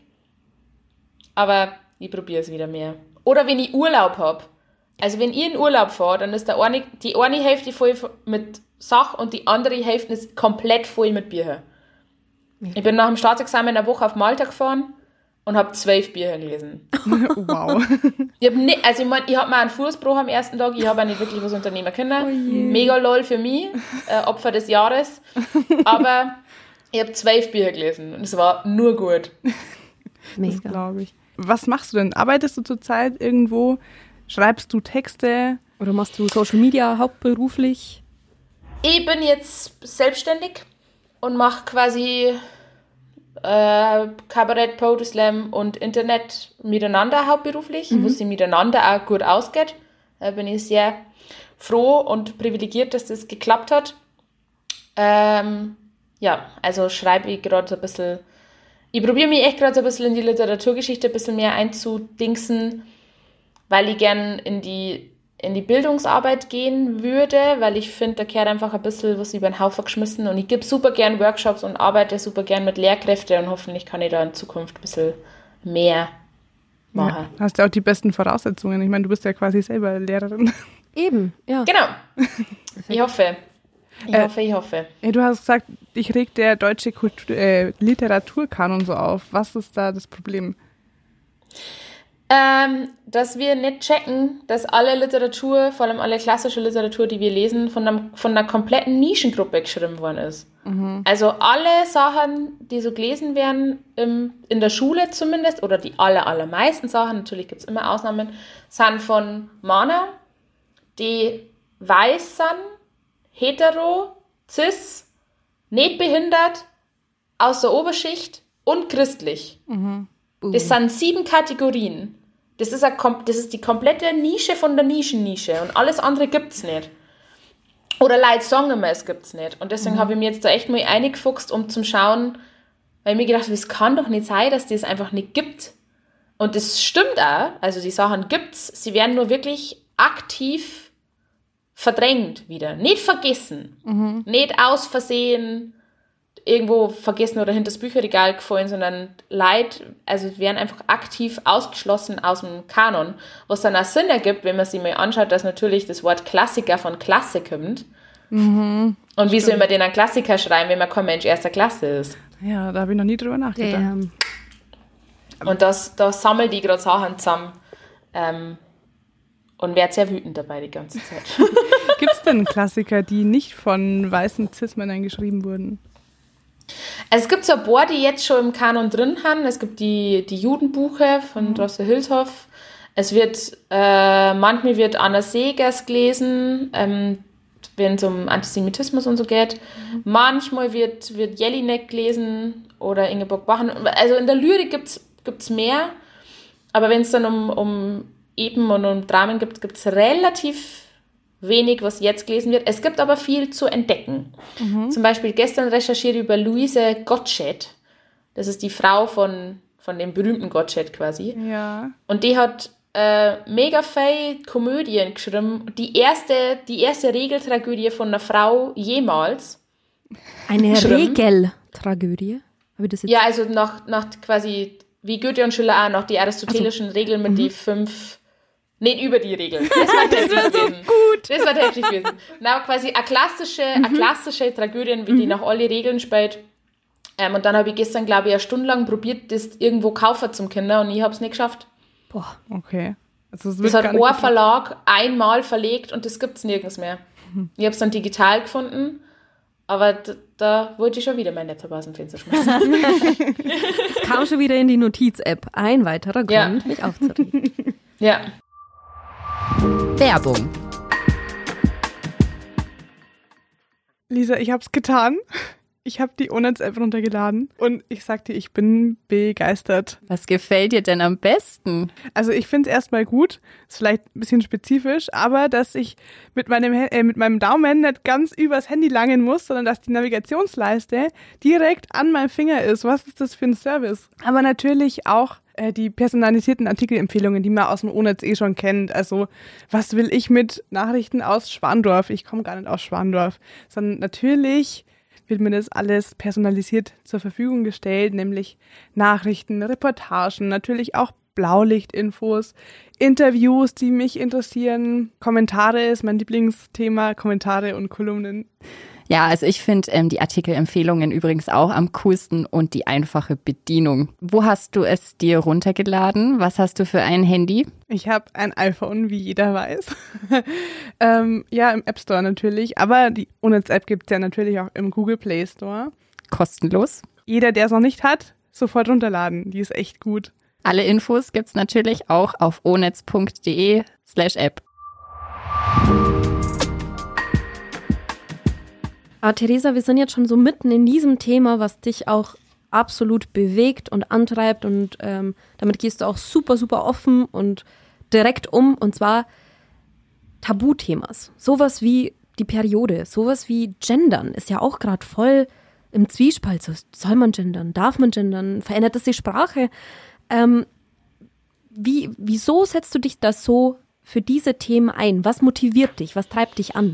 aber ich probiere es wieder mehr. Oder wenn ich Urlaub habe. Also wenn ihr in Urlaub fahrt, dann ist der eine, die eine Hälfte voll mit Sach und die andere Hälfte ist komplett voll mit Büchern. Ja. Ich bin nach dem Staatsexamen eine Woche auf Malta gefahren und habe zwölf Bücher gelesen. Wow. Ich habe nicht, also ich meine, ich habe mal einen Fußbruch am ersten Tag, ich habe auch nicht wirklich was unternehmen können. Oh Mega lol für mich, äh, Opfer des Jahres. Aber ich habe zwölf Bücher gelesen und es war nur gut. Das glaube ich. Was machst du denn? Arbeitest du zurzeit irgendwo? Schreibst du Texte? Oder machst du Social Media hauptberuflich? Ich bin jetzt selbstständig und mache quasi äh, Kabarett, Poetry Slam und Internet miteinander hauptberuflich, mhm. wo sie miteinander auch gut ausgeht. Da bin ich sehr froh und privilegiert, dass das geklappt hat. Ähm, ja, also schreibe ich gerade so ein bisschen, ich probiere mich echt gerade so ein bisschen in die Literaturgeschichte ein bisschen mehr einzudingsen, weil ich gern in die, in die Bildungsarbeit gehen würde, weil ich finde, da gehört einfach ein bisschen was über den Haufen geschmissen und ich gebe super gern Workshops und arbeite super gern mit Lehrkräften und hoffentlich kann ich da in Zukunft ein bisschen mehr machen. Ja, hast ja auch die besten Voraussetzungen. Ich meine, du bist ja quasi selber Lehrerin. Eben, ja. Genau. Ich hoffe. Ich äh, hoffe, ich hoffe. Ja, du hast gesagt, dich regt der deutsche Kultur, äh, Literaturkanon so auf. Was ist da das Problem? Ähm, dass wir nicht checken, dass alle Literatur, vor allem alle klassische Literatur, die wir lesen, von, einem, von einer kompletten Nischengruppe geschrieben worden ist. Mhm. Also alle Sachen, die so gelesen werden, im, in der Schule zumindest, oder die aller, allermeisten Sachen, natürlich gibt es immer Ausnahmen, sind von Männern, die weiß sind, hetero, cis, nicht behindert, aus der Oberschicht und christlich. Mhm. Uh. Das sind sieben Kategorien. Das ist, eine, das ist die komplette Nische von der Nischennische und alles andere gibt es nicht. Oder Leute sagen immer, es gibt es nicht. Und deswegen mhm. habe ich mir jetzt da echt mal eingefuchst, um zu schauen, weil ich mir gedacht habe, es kann doch nicht sein, dass das einfach nicht gibt. Und das stimmt auch, also die Sachen gibt's, sie werden nur wirklich aktiv verdrängt wieder. Nicht vergessen, mhm. nicht aus Versehen irgendwo vergessen oder hinter das Bücherregal gefallen, sondern Leute, also werden einfach aktiv ausgeschlossen aus dem Kanon, was dann auch Sinn ergibt, wenn man sich mal anschaut, dass natürlich das Wort Klassiker von Klasse kommt. Mhm, und wie soll man denn einen Klassiker schreiben, wenn man kein Mensch erster Klasse ist? Ja, da habe ich noch nie drüber nachgedacht. Damn. Und das, da sammelt die gerade Sachen zusammen ähm, und werde sehr wütend dabei die ganze Zeit. Gibt es denn Klassiker, die nicht von weißen Cis-Männern geschrieben wurden? Also es gibt so ein paar, die jetzt schon im Kanon drin haben. Es gibt die, die Judenbuche von mhm. Droste Hülshoff. Es wird, äh, manchmal wird Anna Segers gelesen, ähm, wenn es um Antisemitismus und so geht. Mhm. Manchmal wird, wird Jelinek gelesen oder Ingeborg Bachmann. Also in der Lyrik gibt es mehr, aber wenn es dann um, um Epen und um Dramen gibt, gibt es relativ wenig, was jetzt gelesen wird. Es gibt aber viel zu entdecken. Mhm. Zum Beispiel gestern recherchiert über Luise Gottsched. Das ist die Frau von, von dem berühmten Gottsched quasi. Ja. Und die hat äh, mega viele Komödien geschrieben. Die erste, die erste Regeltragödie von einer Frau jemals. Eine Regeltragödie? Habe ich das jetzt? Ja, also nach, nach quasi, wie Goethe und Schiller auch, nach die aristotelischen also, Regeln mit mhm. die fünf... Nicht über die Regeln. Das war, das war so gut. Das war heftig gewesen. Na, quasi eine klassische, mhm. eine klassische Tragödie, wie die mhm. nach alle Regeln spielt. Ähm, und dann habe ich gestern, glaube ich, eine Stunde lang probiert, das irgendwo kaufen zum Kinder und ich habe es nicht geschafft. Boah, okay. Also das hat ein Verlag einmal verlegt und das gibt es nirgends mehr. Mhm. Ich habe es dann digital gefunden, aber da, da wollte ich schon wieder mein Laptop aus dem Fenster schmeißen. Es kam schon wieder in die Notiz-App. Ein weiterer Grund, ja. mich aufzuregen. Ja. Werbung. Lisa, ich hab's getan. Ich habe die Onets-App runtergeladen und ich sag dir, ich bin begeistert. Was gefällt dir denn am besten? Also ich finde es erstmal gut, ist vielleicht ein bisschen spezifisch, aber dass ich mit meinem, äh, mit meinem Daumen nicht ganz übers Handy langen muss, sondern dass die Navigationsleiste direkt an meinem Finger ist. Was ist das für ein Service? Aber natürlich auch äh, die personalisierten Artikelempfehlungen, die man aus dem Onets eh schon kennt. Also was will ich mit Nachrichten aus Schwandorf? Ich komme gar nicht aus Schwandorf, sondern natürlich wird mir das alles personalisiert zur Verfügung gestellt, nämlich Nachrichten, Reportagen, natürlich auch Blaulichtinfos, Interviews, die mich interessieren, Kommentare ist mein Lieblingsthema, Kommentare und Kolumnen. Ja, also ich finde ähm, die Artikelempfehlungen übrigens auch am coolsten und die einfache Bedienung. Wo hast du es dir runtergeladen? Was hast du für ein Handy? Ich habe ein iPhone, wie jeder weiß. ähm, ja, im App Store natürlich, aber die Onets-App gibt es ja natürlich auch im Google Play Store. Kostenlos. Jeder, der es noch nicht hat, sofort runterladen. Die ist echt gut. Alle Infos gibt's natürlich auch auf onets.de slash app. Aber Theresa, wir sind jetzt schon so mitten in diesem Thema, was dich auch absolut bewegt und antreibt und ähm, damit gehst du auch super, super offen und direkt um, und zwar Tabuthemas. Sowas wie die Periode, sowas wie Gendern ist ja auch gerade voll im Zwiespalt. So, soll man gendern? Darf man gendern? Verändert das die Sprache? Ähm, wie, wieso setzt du dich da so für diese Themen ein? Was motiviert dich? Was treibt dich an?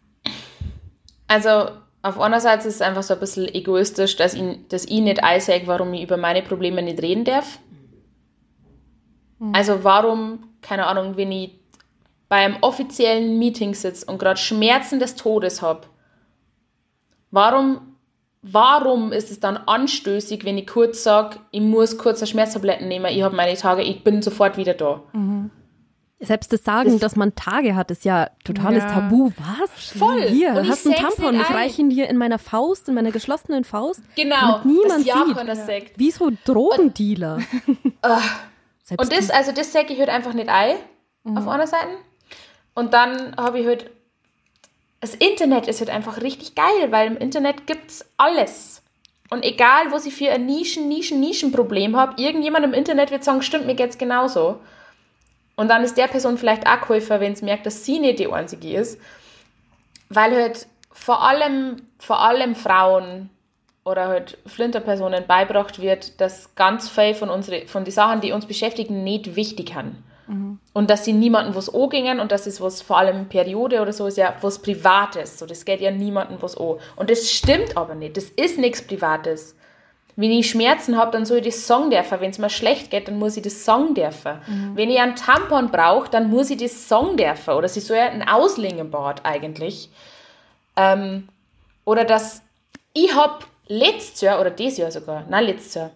Also auf einer Seite ist es einfach so ein bisschen egoistisch, dass ich, dass ich nicht einsage, warum ich über meine Probleme nicht reden darf. Hm. Also warum, keine Ahnung, wenn ich bei einem offiziellen Meeting sitze und gerade Schmerzen des Todes habe, warum, warum ist es dann anstößig, wenn ich kurz sage, ich muss kurz eine Schmerztabletten nehmen, ich habe meine Tage, ich bin sofort wieder da. Mhm. Selbst das Sagen, das, dass man Tage hat, ist ja totales ja. Tabu. Was? Voll. Hier, und hast einen Tampon, ich reiche ihn dir in meiner Faust, in meiner geschlossenen Faust. Genau. Damit niemand das sieht. Wie so Drogendealer. Und, uh, und das, also das sage ich halt einfach nicht ein, mhm. auf einer Seite. Und dann habe ich halt, das Internet ist halt einfach richtig geil, weil im Internet gibt's alles. Und egal, was ich für ein Nischen, Nischen, Nischenproblem habe, irgendjemand im Internet wird sagen, stimmt, mir geht's genauso. Und dann ist der Person vielleicht auch geholfen, wenn es merkt, dass sie nicht die Einzige ist. Weil halt vor allem, vor allem Frauen oder halt Flinterpersonen beigebracht wird, dass ganz viel von, unsere, von den Sachen, die uns beschäftigen, nicht wichtig sind. Mhm. Und dass sie niemandem was angingen und das ist was, vor allem Periode oder so, ist ja was Privates. So, das geht ja niemandem was an. Und das stimmt aber nicht. Das ist nichts Privates. Wenn ich Schmerzen habe, dann soll ich das sagen dürfen. Wenn es mir schlecht geht, dann muss ich das sagen dürfen. Mhm. Wenn ich einen Tampon brauche, dann muss ich das sagen dürfen. Oder sie soll ja ein Auslingenbad eigentlich. Ähm, oder dass ich habe letztes Jahr, oder dieses Jahr sogar, nein, letztes Jahr,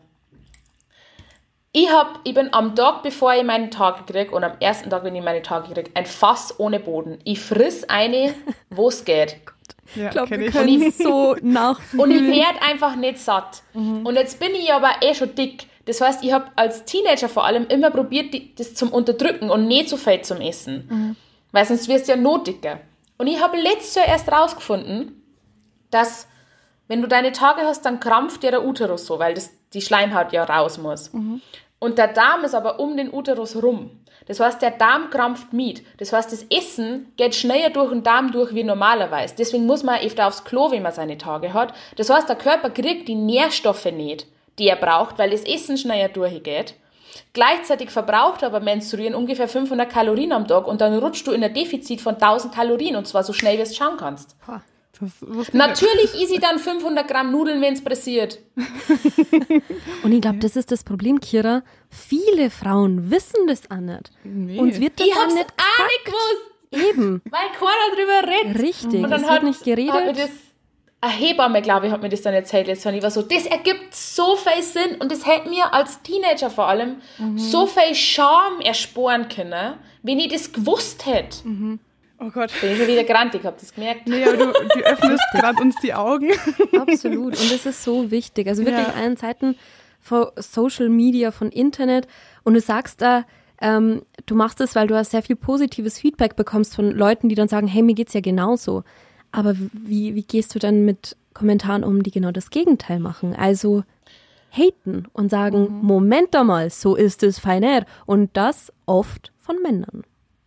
ich, hab, ich bin am Tag, bevor ich meine Tage kriege, und am ersten Tag, wenn ich meine Tage kriege, ein Fass ohne Boden. Ich friss eine, wo es geht. Ja, ich glaube, wir können ich, so nachfühlen. Und ich werde einfach nicht satt. Mhm. Und jetzt bin ich aber eh schon dick. Das heißt, ich habe als Teenager vor allem immer probiert, das zum Unterdrücken und nicht so viel zum Essen. Mhm. Weil sonst wirst du ja noch dicker. Und ich habe letztes Jahr erst rausgefunden, dass, wenn du deine Tage hast, dann krampft dir der Uterus so, weil das, die Schleimhaut ja raus muss. Mhm. Und der Darm ist aber um den Uterus rum. Das heißt, der Darm krampft mit. Das heißt, das Essen geht schneller durch den Darm durch wie normalerweise. Deswegen muss man öfter aufs Klo, wenn man seine Tage hat. Das heißt, der Körper kriegt die Nährstoffe nicht, die er braucht, weil das Essen schneller durchgeht. Gleichzeitig verbraucht aber Menstruieren ungefähr fünfhundert Kalorien am Tag und dann rutschst du in ein Defizit von tausend Kalorien und zwar so schnell, wie du schauen kannst. Natürlich isst ich dann fünfhundert Gramm Nudeln, wenn es pressiert. Und ich glaube, das ist das Problem, Kira. Viele Frauen wissen das auch nicht. Nee. Und wird das ich auch hab's nicht auch nicht gewusst. Eben. Weil keiner drüber redet. Richtig, und dann es hat, wird nicht geredet. Hat mir das, eine Hebamme, glaube ich, hat mir das dann erzählt. Jetzt, und ich war so, das ergibt so viel Sinn. Und das hätte mir als Teenager vor allem mhm. so viel Scham ersparen können, wenn ich das gewusst hätte. Mhm. Oh Gott. Bin ich schon wieder grantig, habt ihr das gemerkt? Nee, aber du, du öffnest gerade uns die Augen. Absolut. Und das ist so wichtig. Also wirklich ja. allen Zeiten von Social Media, von Internet. Und du sagst da, ähm, du machst es, weil du hast sehr viel positives Feedback bekommst von Leuten, die dann sagen, hey, mir geht's ja genauso. Aber wie, wie gehst du dann mit Kommentaren um, die genau das Gegenteil machen? Also haten und sagen, mhm. Moment einmal, so ist es feiner. Und das oft von Männern.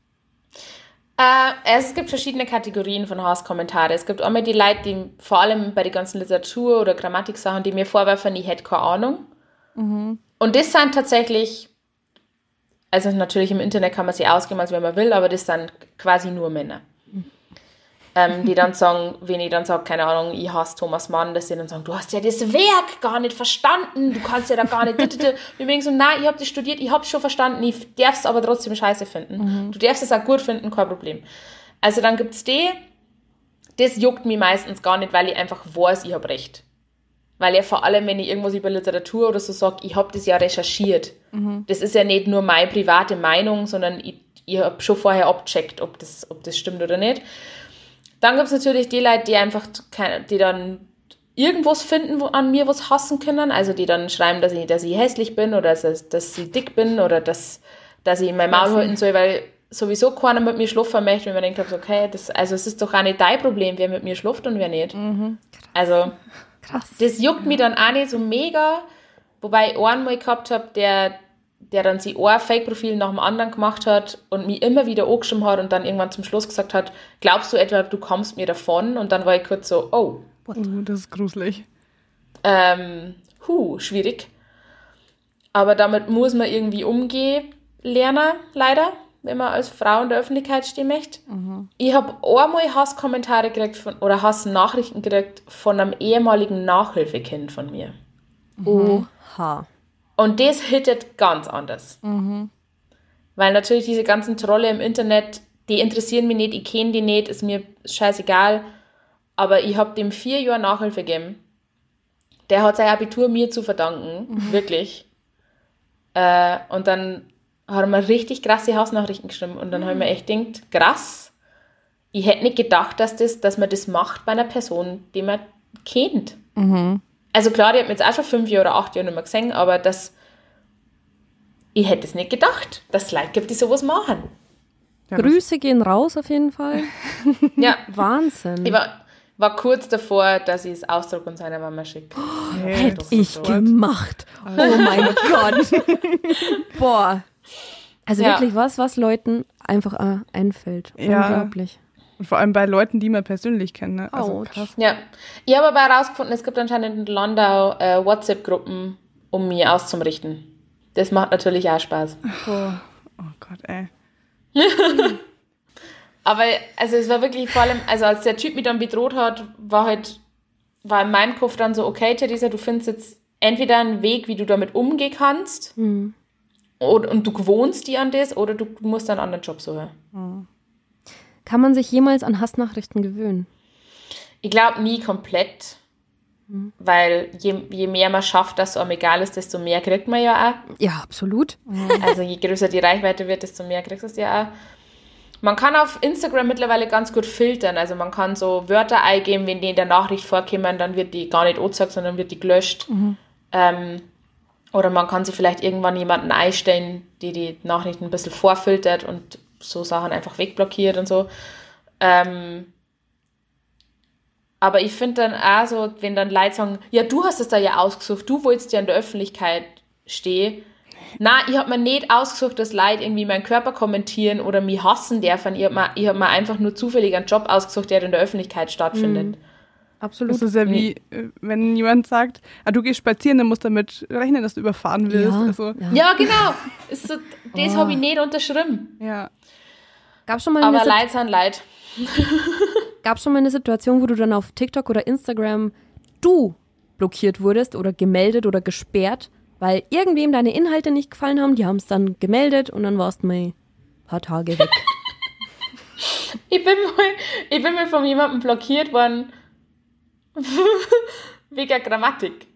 Uh, es gibt verschiedene Kategorien von Hasskommentare. Es gibt einmal die Leute, die vor allem bei den ganzen Literatur- oder Grammatiksachen, die mir vorwerfen, ich hätte keine Ahnung. Mhm. Und das sind tatsächlich, also natürlich im Internet kann man sie ausgeben, als wenn man will, aber das sind quasi nur Männer. Mhm. Ähm, die dann sagen, wenn ich dann sage, keine Ahnung, ich hasse Thomas Mann, dass die dann sagen, du hast ja das Werk gar nicht verstanden, du kannst ja da gar nicht. Und ich denke so, nein, ich habe das studiert, ich habe es schon verstanden, ich darf es aber trotzdem scheiße finden. Mhm. Du darfst es auch gut finden, kein Problem. Also dann gibt es die, das juckt mich meistens gar nicht, weil ich einfach weiß, ich habe recht. Weil ja vor allem, wenn ich irgendwas über Literatur oder so sage, ich habe das ja recherchiert. Mhm. Das ist ja nicht nur meine private Meinung, sondern ich, ich habe schon vorher abgecheckt, ob das, ob das stimmt oder nicht. Dann gibt es natürlich die Leute, die einfach, die dann irgendwas finden, wo an mir was hassen können. Also die dann schreiben, dass ich, dass ich hässlich bin oder dass, dass ich dick bin oder dass, dass ich mein Maul halten soll, weil sowieso keiner mit mir schlafen möchte. Und man denkt, okay, das, also es ist doch auch nicht dein Problem, wer mit mir schläft und wer nicht. Mhm. Also krass. Das juckt mich dann auch nicht so mega. Wobei ich einmal gehabt habe, der der dann sich ein Fake-Profil nach dem anderen gemacht hat und mich immer wieder angeschrieben hat und dann irgendwann zum Schluss gesagt hat, glaubst du etwa, du kommst mir davon? Und dann war ich kurz so, oh. Oh, das ist gruselig. Ähm, huh, schwierig. Aber damit muss man irgendwie umgehen lernen, leider, wenn man als Frau in der Öffentlichkeit stehen möchte. Mhm. Ich habe einmal Hasskommentare gekriegt von, oder Hassnachrichten gekriegt von einem ehemaligen Nachhilfekind von mir. Mhm. Oha. Und das hittet ganz anders. Mhm. Weil natürlich diese ganzen Trolle im Internet, die interessieren mich nicht, ich kenne die nicht, ist mir scheißegal. Aber ich habe dem vier Jahre Nachhilfe gegeben. Der hat sein Abitur mir zu verdanken, mhm. wirklich. Äh, und dann hat er mir richtig krasse Hausnachrichten geschrieben. Und dann mhm. habe ich mir echt gedacht, krass, ich hätte nicht gedacht, dass, das, dass man das macht bei einer Person, die man kennt. Mhm. Also klar, die hat mich jetzt auch schon fünf Jahre oder acht Jahre nicht mehr gesehen, aber das, ich hätte es nicht gedacht, dass es Leute gibt, die sowas machen. Ja, Grüße gehen raus auf jeden Fall. Ja. Wahnsinn. Ich war, war kurz davor, dass ich es Ausdruck und seiner Mama schicke. Oh, hey, hätte ich so gemacht. Oh mein Gott. Boah. Also ja. wirklich was, was Leuten einfach äh, einfällt. Ja. Unglaublich. Und vor allem bei Leuten, die man persönlich kennt. Ne? Also krass. Ja, ich habe aber herausgefunden, es gibt anscheinend in Landau äh, WhatsApp-Gruppen, um mich auszurichten. Das macht natürlich auch Spaß. Oh. Oh Gott, ey. Aber also es war wirklich vor allem, also als der Typ mich dann bedroht hat, war halt, war in meinem Kopf dann so, okay, Theresa, du findest jetzt entweder einen Weg, wie du damit umgehen kannst, mhm. und, und du gewohnst dir an das, oder du musst einen anderen Job suchen. Mhm. Kann man sich jemals an Hassnachrichten gewöhnen? Ich glaube nie komplett, mhm. weil je, je mehr man schafft, dass es einem egal ist, desto mehr kriegt man ja auch. Ja, absolut. Mhm. Also je größer die Reichweite wird, desto mehr kriegst du es ja auch. Man kann auf Instagram mittlerweile ganz gut filtern, also man kann so Wörter eingeben, wenn die in der Nachricht vorkommen, dann wird die gar nicht angezeigt, sondern wird die gelöscht. Mhm. Ähm, oder man kann sich vielleicht irgendwann jemanden einstellen, die die Nachrichten ein bisschen vorfiltert und so Sachen einfach wegblockiert und so. Ähm, aber ich finde dann auch so, wenn dann Leute sagen, ja, du hast es da ja ausgesucht, du wolltest ja in der Öffentlichkeit stehen. Nein, ich habe mir nicht ausgesucht, dass Leute irgendwie meinen Körper kommentieren oder mich hassen dürfen. Ich habe mir, ich hab mir einfach nur zufällig einen Job ausgesucht, der in der Öffentlichkeit stattfindet. Mhm. Absolut. Das ist ja wie, wenn jemand sagt, ah, du gehst spazieren, dann musst du damit rechnen, dass du überfahren wirst. Ja, also. ja. ja genau. Ist so, das oh. habe ich nicht unterschrieben. Ja. Gab's schon mal Aber eine Leid sind Leid. Gab es schon mal eine Situation, wo du dann auf TikTok oder Instagram du blockiert wurdest oder gemeldet oder gesperrt, weil irgendwem deine Inhalte nicht gefallen haben, die haben es dann gemeldet und dann warst du mal ein paar Tage weg. ich, bin mal, ich bin mal von jemandem blockiert worden wegen Grammatik.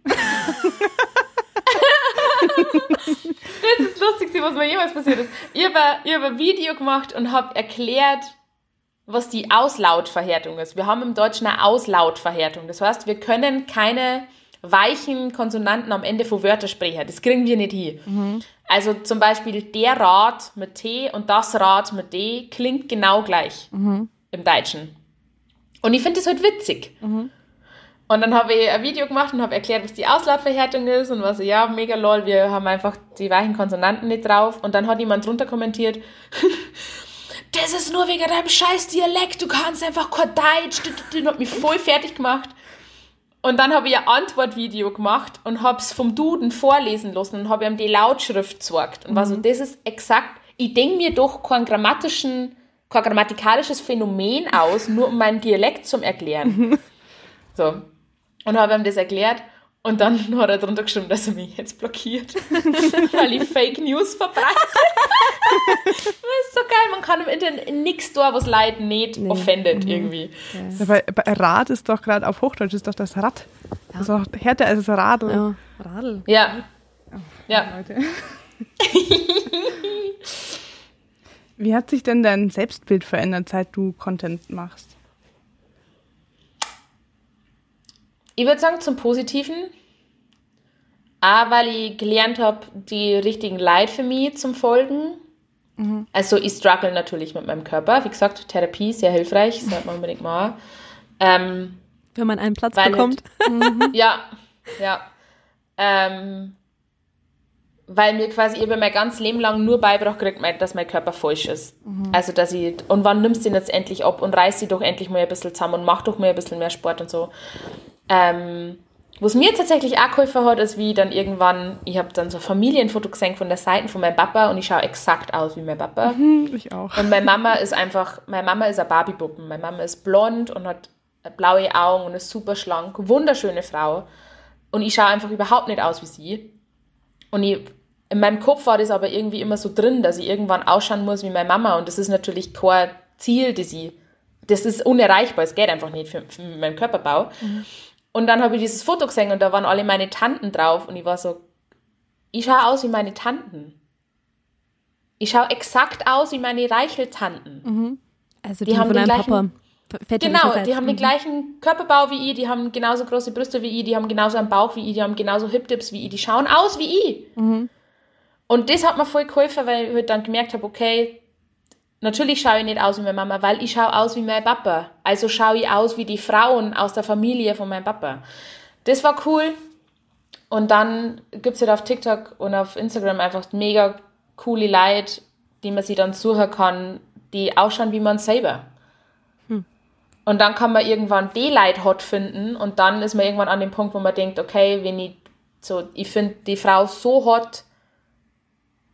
Das ist das Lustigste, was mir jemals passiert ist. Ich habe hab ein Video gemacht und habe erklärt, was die Auslautverhärtung ist. Wir haben im Deutschen eine Auslautverhärtung. Das heißt, wir können keine weichen Konsonanten am Ende von Wörtern sprechen. Das kriegen wir nicht hin. Mhm. Also zum Beispiel der Rad mit T und das Rad mit D klingt genau gleich mhm. im Deutschen. Und ich finde das halt witzig. Mhm. Und dann habe ich ein Video gemacht und habe erklärt, was die Auslautverhärtung ist und war so, ja, mega lol, wir haben einfach die weichen Konsonanten nicht drauf. Und dann hat jemand drunter kommentiert, das ist nur wegen deinem scheiß Dialekt, du kannst einfach kein Deutsch, das hat mich voll fertig gemacht. Und dann habe ich ein Antwortvideo gemacht und habe es vom Duden vorlesen lassen und habe ihm die Lautschrift gezeigt. Und war so, das ist exakt, ich denke mir doch keinen grammatischen, kein grammatikalisches Phänomen aus, nur um meinen Dialekt zu erklären. So. Und habe ihm das erklärt und dann hat er drunter geschrieben, dass er mich jetzt blockiert, weil ich Fake News verbreite. Das ist so geil, man kann im Internet nichts tun, was Leute nicht nee. offendet mhm. irgendwie. Ja, bei, bei Rad ist doch gerade auf Hochdeutsch ist doch das Rad. Ja. Das ist doch härter als das Radl. Ja, Radl. Ja. Oh, ja. Leute. Wie hat sich denn dein Selbstbild verändert, seit du Content machst? Ich würde sagen, zum Positiven. Auch, weil ich gelernt habe, die richtigen Leute für mich zum Folgen. Mhm. Also ich struggle natürlich mit meinem Körper. Wie gesagt, Therapie, sehr hilfreich, sollte man unbedingt machen. Ähm, Wenn man einen Platz bekommt. Halt, ja, ja. Ähm, weil mir quasi, ich habe mein ganzes Leben lang nur beigebracht gekriegt, dass mein Körper falsch ist. Mhm. Also, dass ich, und wann nimmst du ihn jetzt endlich ab und reiß dich doch endlich mal ein bisschen zusammen und mach doch mal ein bisschen mehr Sport und so. Ähm, was mir tatsächlich auch geholfen hat, ist, wie dann irgendwann, ich habe dann so ein Familienfoto gesehen von der Seite von meinem Papa und ich schaue exakt aus wie mein Papa. Mhm, ich auch. Und meine Mama ist einfach, meine Mama ist eine Barbie-Puppen. Meine Mama ist blond und hat blaue Augen und ist super schlank, wunderschöne Frau. Und ich schaue einfach überhaupt nicht aus wie sie. Und ich, in meinem Kopf war das aber irgendwie immer so drin, dass ich irgendwann ausschauen muss wie meine Mama. Und das ist natürlich kein Ziel, das ich, das ist unerreichbar, es geht einfach nicht für, für meinen Körperbau. Mhm. Und dann habe ich dieses Foto gesehen und da waren alle meine Tanten drauf und ich war so, ich schaue aus wie meine Tanten. Ich schaue exakt aus wie meine Reichel-Tanten. Mhm. Also die, die haben von den gleichen, Papa. Genau, die haben mhm. den gleichen Körperbau wie ich, die haben genauso große Brüste wie ich, die haben genauso einen Bauch wie ich, die haben genauso Hip-Dips wie ich, die schauen aus wie ich. Mhm. Und das hat mir voll geholfen, weil ich halt dann gemerkt habe, okay, natürlich schaue ich nicht aus wie meine Mama, weil ich schaue aus wie mein Papa. Also schaue ich aus wie die Frauen aus der Familie von meinem Papa. Das war cool. Und dann gibt es halt auf TikTok und auf Instagram einfach mega coole Leute, die man sich dann suchen kann, die ausschauen wie man selber. Hm. Und dann kann man irgendwann die Leute hot finden und dann ist man irgendwann an dem Punkt, wo man denkt, okay, wenn ich so, ich finde die Frau so hot,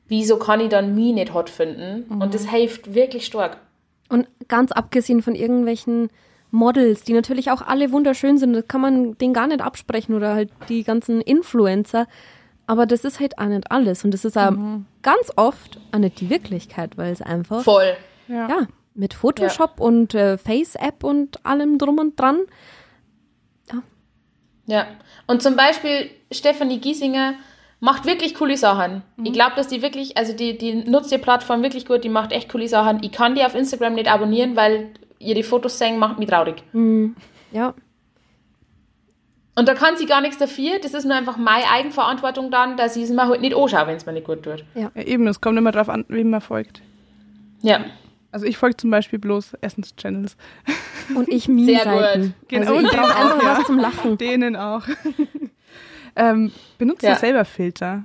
wieso kann ich dann mich nicht hot finden? Mhm. Und das hilft wirklich stark. Und ganz abgesehen von irgendwelchen Models, die natürlich auch alle wunderschön sind, das kann man denen gar nicht absprechen oder halt die ganzen Influencer, aber das ist halt auch nicht alles und das ist auch mhm. ganz oft auch nicht die Wirklichkeit, weil es einfach Voll. Ja. ja mit Photoshop ja. und äh, Face-App und allem drum und dran. Ja. Ja, und zum Beispiel Stefanie Giesinger macht wirklich coole Sachen. Mhm. Ich glaube, dass die wirklich, also die, die nutzt die Plattform wirklich gut, die macht echt coole Sachen. Ich kann die auf Instagram nicht abonnieren, weil ihre Fotos sehen, macht mich traurig. Mhm. Ja. Und da kann sie gar nichts dafür. Das ist nur einfach meine Eigenverantwortung dann, dass ich es mir halt nicht anschaue, wenn es mir nicht gut tut. Ja. Ja, eben, es kommt immer drauf an, wem man folgt. Ja. Also ich folge zum Beispiel bloß Essenschannels. Und ich Meme-Seiten. Genau, also ich brauche einfach ja. was zum Lachen. Denen auch. ähm, benutzt ja. du selber Filter?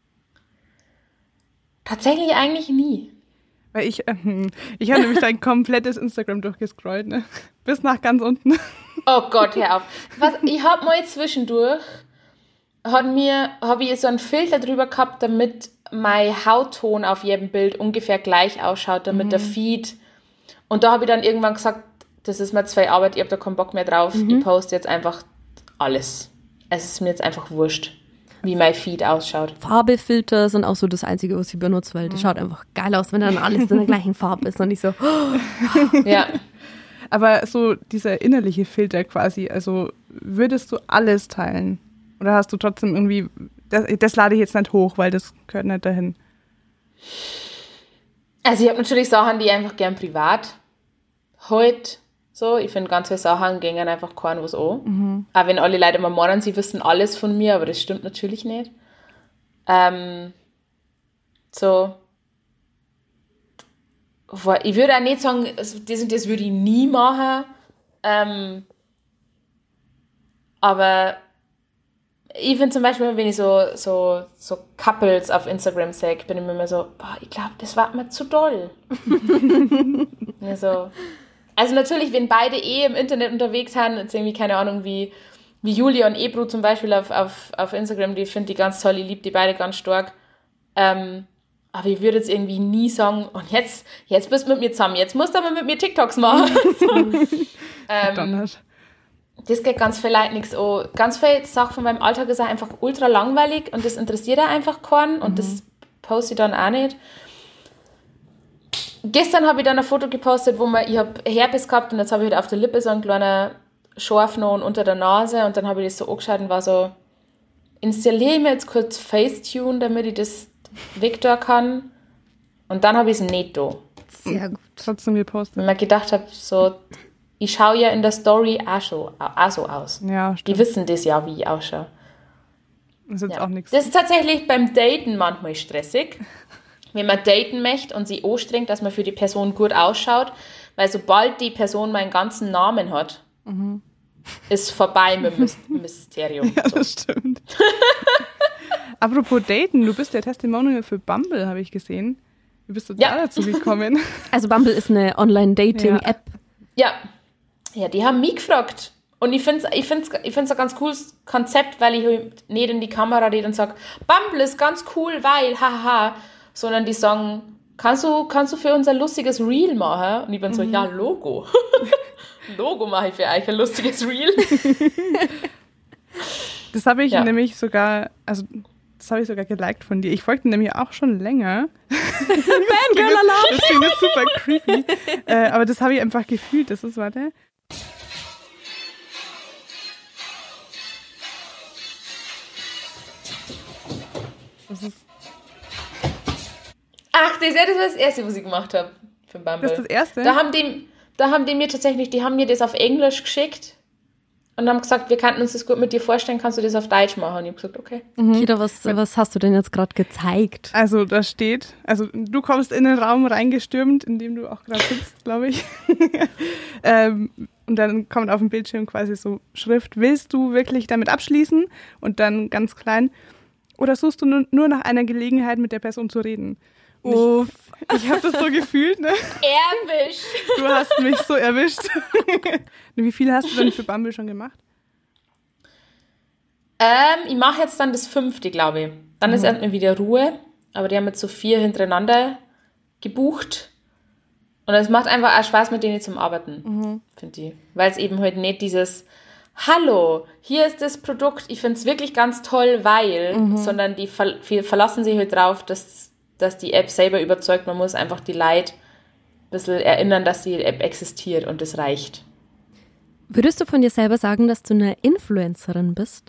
Tatsächlich eigentlich nie. Weil ich, äh, ich habe nämlich dein komplettes Instagram durchgescrollt, ne? Bis nach ganz unten. Oh Gott, hör auf. Was, ich habe mal zwischendurch, hat mir, habe ich so einen Filter drüber gehabt, damit mein Hautton auf jedem Bild ungefähr gleich ausschaut, damit mhm. der Feed. Und da habe ich dann irgendwann gesagt, das ist mir zwei Arbeit, ich habe da keinen Bock mehr drauf. Mhm. Ich poste jetzt einfach alles. Es ist mir jetzt einfach wurscht, wie mein Feed ausschaut. Farbefilter sind auch so das Einzige, was ich benutze, weil das schaut einfach geil aus, wenn dann alles in der gleichen Farbe ist und nicht so. Ja. Aber so dieser innerliche Filter quasi, also würdest du alles teilen? Oder hast du trotzdem irgendwie, das, das lade ich jetzt nicht hoch, weil das gehört nicht dahin? Also ich habe natürlich Sachen, die ich einfach gern privat halt so. Ich finde, ganz viele Sachen gehen einfach keinen was an. Mhm. Auch wenn alle Leute immer meinen, sie wissen alles von mir, aber das stimmt natürlich nicht. Ähm, so. Ich würde auch nicht sagen, das und das würde ich nie machen. Ähm, aber ich finde zum Beispiel, wenn ich so, so, so Couples auf Instagram sehe, bin ich mir immer so, boah, ich glaube, das war mir zu doll. ja, so. Also natürlich, wenn beide eh im Internet unterwegs sind, jetzt irgendwie, keine Ahnung, wie, wie Julia und Ebru zum Beispiel auf, auf, auf Instagram, die finde ich ganz toll, ich liebe die beide ganz stark. Ähm, aber ich würde jetzt irgendwie nie sagen, und jetzt, jetzt bist du mit mir zusammen, jetzt musst du aber mit mir TikToks machen. so. ähm, das geht ganz viel Leute nichts an. Ganz viele Sachen von meinem Alltag ist einfach ultra langweilig und das interessiert auch einfach keinen und mhm. das poste ich dann auch nicht. Gestern habe ich dann ein Foto gepostet, wo man, ich habe Herpes gehabt und jetzt habe ich halt auf der Lippe so einen kleinen Schorf noch und unter der Nase und dann habe ich das so angeschaut und war so, installiere ich mir jetzt kurz Facetune, damit ich das wegtun kann und dann habe ich es nicht da. Sehr gut. Trotzdem gepostet. Wenn ich mir gedacht habe, so, ich schaue ja in der Story auch, schon, auch so aus. Ja, stimmt. Die wissen das ja, wie ich ausschaue. Das ist jetzt ja. auch nichts. Das ist tatsächlich beim Daten manchmal stressig. Wenn man daten möchte und sie anstrengt, dass man für die Person gut ausschaut, weil sobald die Person meinen ganzen Namen hat, mhm. ist vorbei mit dem Mysterium. Ja, das stimmt. Apropos Daten, du bist der Testimonial für Bumble, habe ich gesehen. Wie bist du ja. da dazu gekommen? Also Bumble ist eine Online-Dating-App. Ja. ja, die haben mich gefragt. Und ich finde es ich find's, ich find's ein ganz cooles Konzept, weil ich nicht in die Kamera rede und sage, Bumble ist ganz cool, weil, haha, sondern die sagen, kannst du, kannst du für uns ein lustiges Reel machen? Und ich bin mhm. so, ja, Logo. Logo mache ich für euch ein lustiges Reel. Das habe ich ja. nämlich sogar, also das habe ich sogar geliked von dir. Ich folgte nämlich auch schon länger. Fangirl-Alarm! Das klingt jetzt super creepy. äh, aber das habe ich einfach gefühlt. Das ist, warte. Das ist Ach, das ist ja das, das erste, was ich gemacht habe für Bumble. Das ist das erste? Da haben die, da haben die mir tatsächlich, die haben mir das auf Englisch geschickt und haben gesagt, wir könnten uns das gut mit dir vorstellen, kannst du das auf Deutsch machen? Und ich habe gesagt, okay. Mhm. Kira, was, was hast du denn jetzt gerade gezeigt? Also da steht, also du kommst in den Raum reingestürmt, in dem du auch gerade sitzt, glaube ich. ähm, und dann kommt auf dem Bildschirm quasi so Schrift, willst du wirklich damit abschließen? Und dann ganz klein, oder suchst du nur, nur nach einer Gelegenheit, mit der Person zu reden? Uff. Ich, ich habe das so gefühlt, ne? Erwischt. Du hast mich so erwischt. Wie viel hast du denn für Bumble schon gemacht? Ähm, ich mache jetzt dann das fünfte, glaube ich. Dann mhm. ist erstmal wieder Ruhe. aber die haben jetzt so vier hintereinander gebucht. Und es macht einfach auch Spaß, mit denen zum Arbeiten, mhm. finde ich. Weil es eben halt nicht dieses Hallo, hier ist das Produkt, ich finde es wirklich ganz toll, weil, mhm. sondern die ver- verlassen sich halt drauf, dass, dass die App selber überzeugt. Man muss einfach die Leute ein bisschen erinnern, dass die App existiert und das reicht. Würdest du von dir selber sagen, dass du eine Influencerin bist?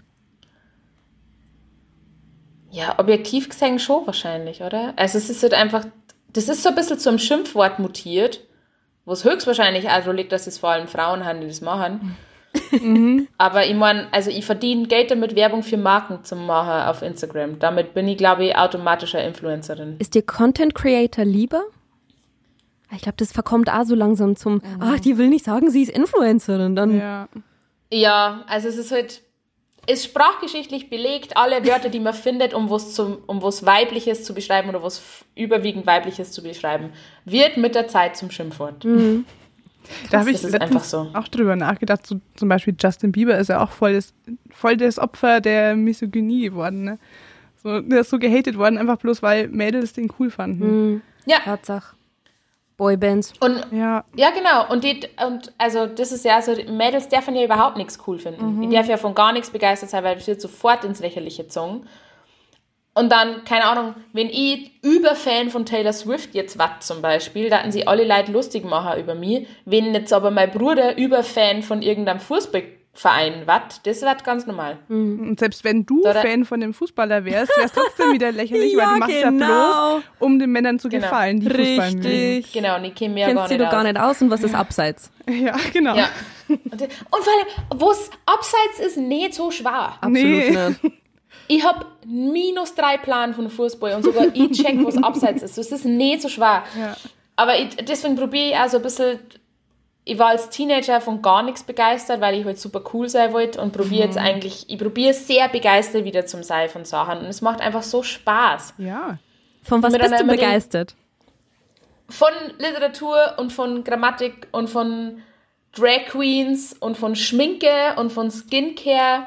Ja, objektiv gesehen schon wahrscheinlich, oder? Also es ist halt einfach, das ist so ein bisschen zum Schimpfwort mutiert, wo es höchstwahrscheinlich auch so liegt, dass es vor allem Frauen haben, die das machen. Mhm. Aber ich meine, also ich verdiene Geld damit, Werbung für Marken zu machen auf Instagram. Damit bin ich, glaube ich, automatischer Influencerin. Ist dir Content Creator lieber? Ich glaube, das verkommt auch so langsam zum, mhm. ach, die will nicht sagen, sie ist Influencerin. Dann ja. ja, also es ist halt, ist sprachgeschichtlich belegt, alle Wörter, die man findet, um was zum, um was Weibliches zu beschreiben oder was überwiegend Weibliches zu beschreiben, wird mit der Zeit zum Schimpfwort. Mhm. Da habe ich letztens so. auch drüber nachgedacht, so, zum Beispiel Justin Bieber ist ja auch voll das, voll das Opfer der Misogynie geworden. Ne? So, der ist so gehatet worden, einfach bloß, weil Mädels den cool fanden. Mhm. Ja. Tatsache. Boybands. Und, ja. ja, genau. Und, die, und also das ist ja so, Mädels dürfen ja überhaupt nichts cool finden. Mhm. Die dürfen ja von gar nichts begeistert sein, weil es wird sofort ins Lächerliche gezogen. Und dann, keine Ahnung, wenn ich Überfan von Taylor Swift jetzt war zum Beispiel, da hatten sie alle Leute lustig machen über mich. Wenn jetzt aber mein Bruder Überfan von irgendeinem Fußballverein war, das wird ganz normal. Mhm. Und selbst wenn du Oder Fan von dem Fußballer wärst, wäre es trotzdem wieder lächerlich, ja, weil du machst genau. ja bloß, um den Männern zu genau. gefallen, die Fußball mögen. Richtig. Genau, und ich kenne mir ja gar nicht nicht du gar nicht aus und was ist abseits? Ja, genau. Ja. Und, und vor allem, wo es abseits ist, nicht so schwer. Absolut nee. nicht. Ich habe minus drei Plan von Fußball und sogar ich check, was abseits ist. Das ist nicht so schwer. Ja. Aber ich, deswegen probiere ich auch so ein bisschen, ich war als Teenager von gar nichts begeistert, weil ich halt super cool sein wollte und probiere mhm. jetzt eigentlich, ich probiere sehr begeistert wieder zum Sein von Sachen und es macht einfach so Spaß. Ja. Von was bist du begeistert? Von Literatur und von Grammatik und von Drag Queens und von Schminke und von Skincare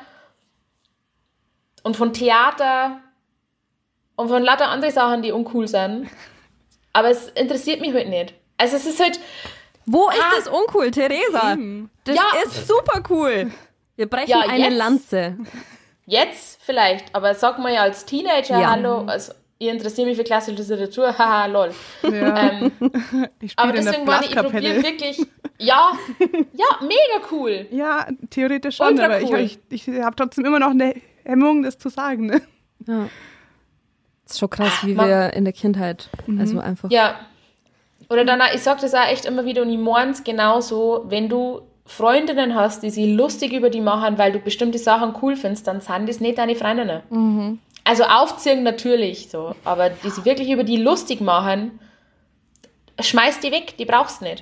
und von Theater und von lauter andere Sachen, die uncool sind. Aber es interessiert mich halt nicht. Also es ist halt... Wo ah, ist das uncool, Theresa? Eben. Das ja. ist super cool. Wir brechen ja, eine jetzt, Lanze. Jetzt vielleicht, aber sag mal ja als Teenager, ja. hallo, also ich interessiere mich für klassische Literatur, haha, lol. Ja. Ähm, ich spiele in der Blaskapelle. Ich wirklich, ja, ja, mega cool. Ja, theoretisch schon, Ultra aber cool. ich, ich, ich habe trotzdem immer noch eine Hemmung, das zu sagen. Ne? Ja. Das ist schon krass, wie Man, wir in der Kindheit, mhm. also einfach... Ja, oder dann, ich sage das auch echt immer wieder und ich meine es genauso, wenn du Freundinnen hast, die sich lustig über die machen, weil du bestimmte Sachen cool findest, dann sind das nicht deine Freundinnen. Mhm. Also aufziehen natürlich so, aber die sich wirklich über die lustig machen, schmeiß die weg, die brauchst du nicht.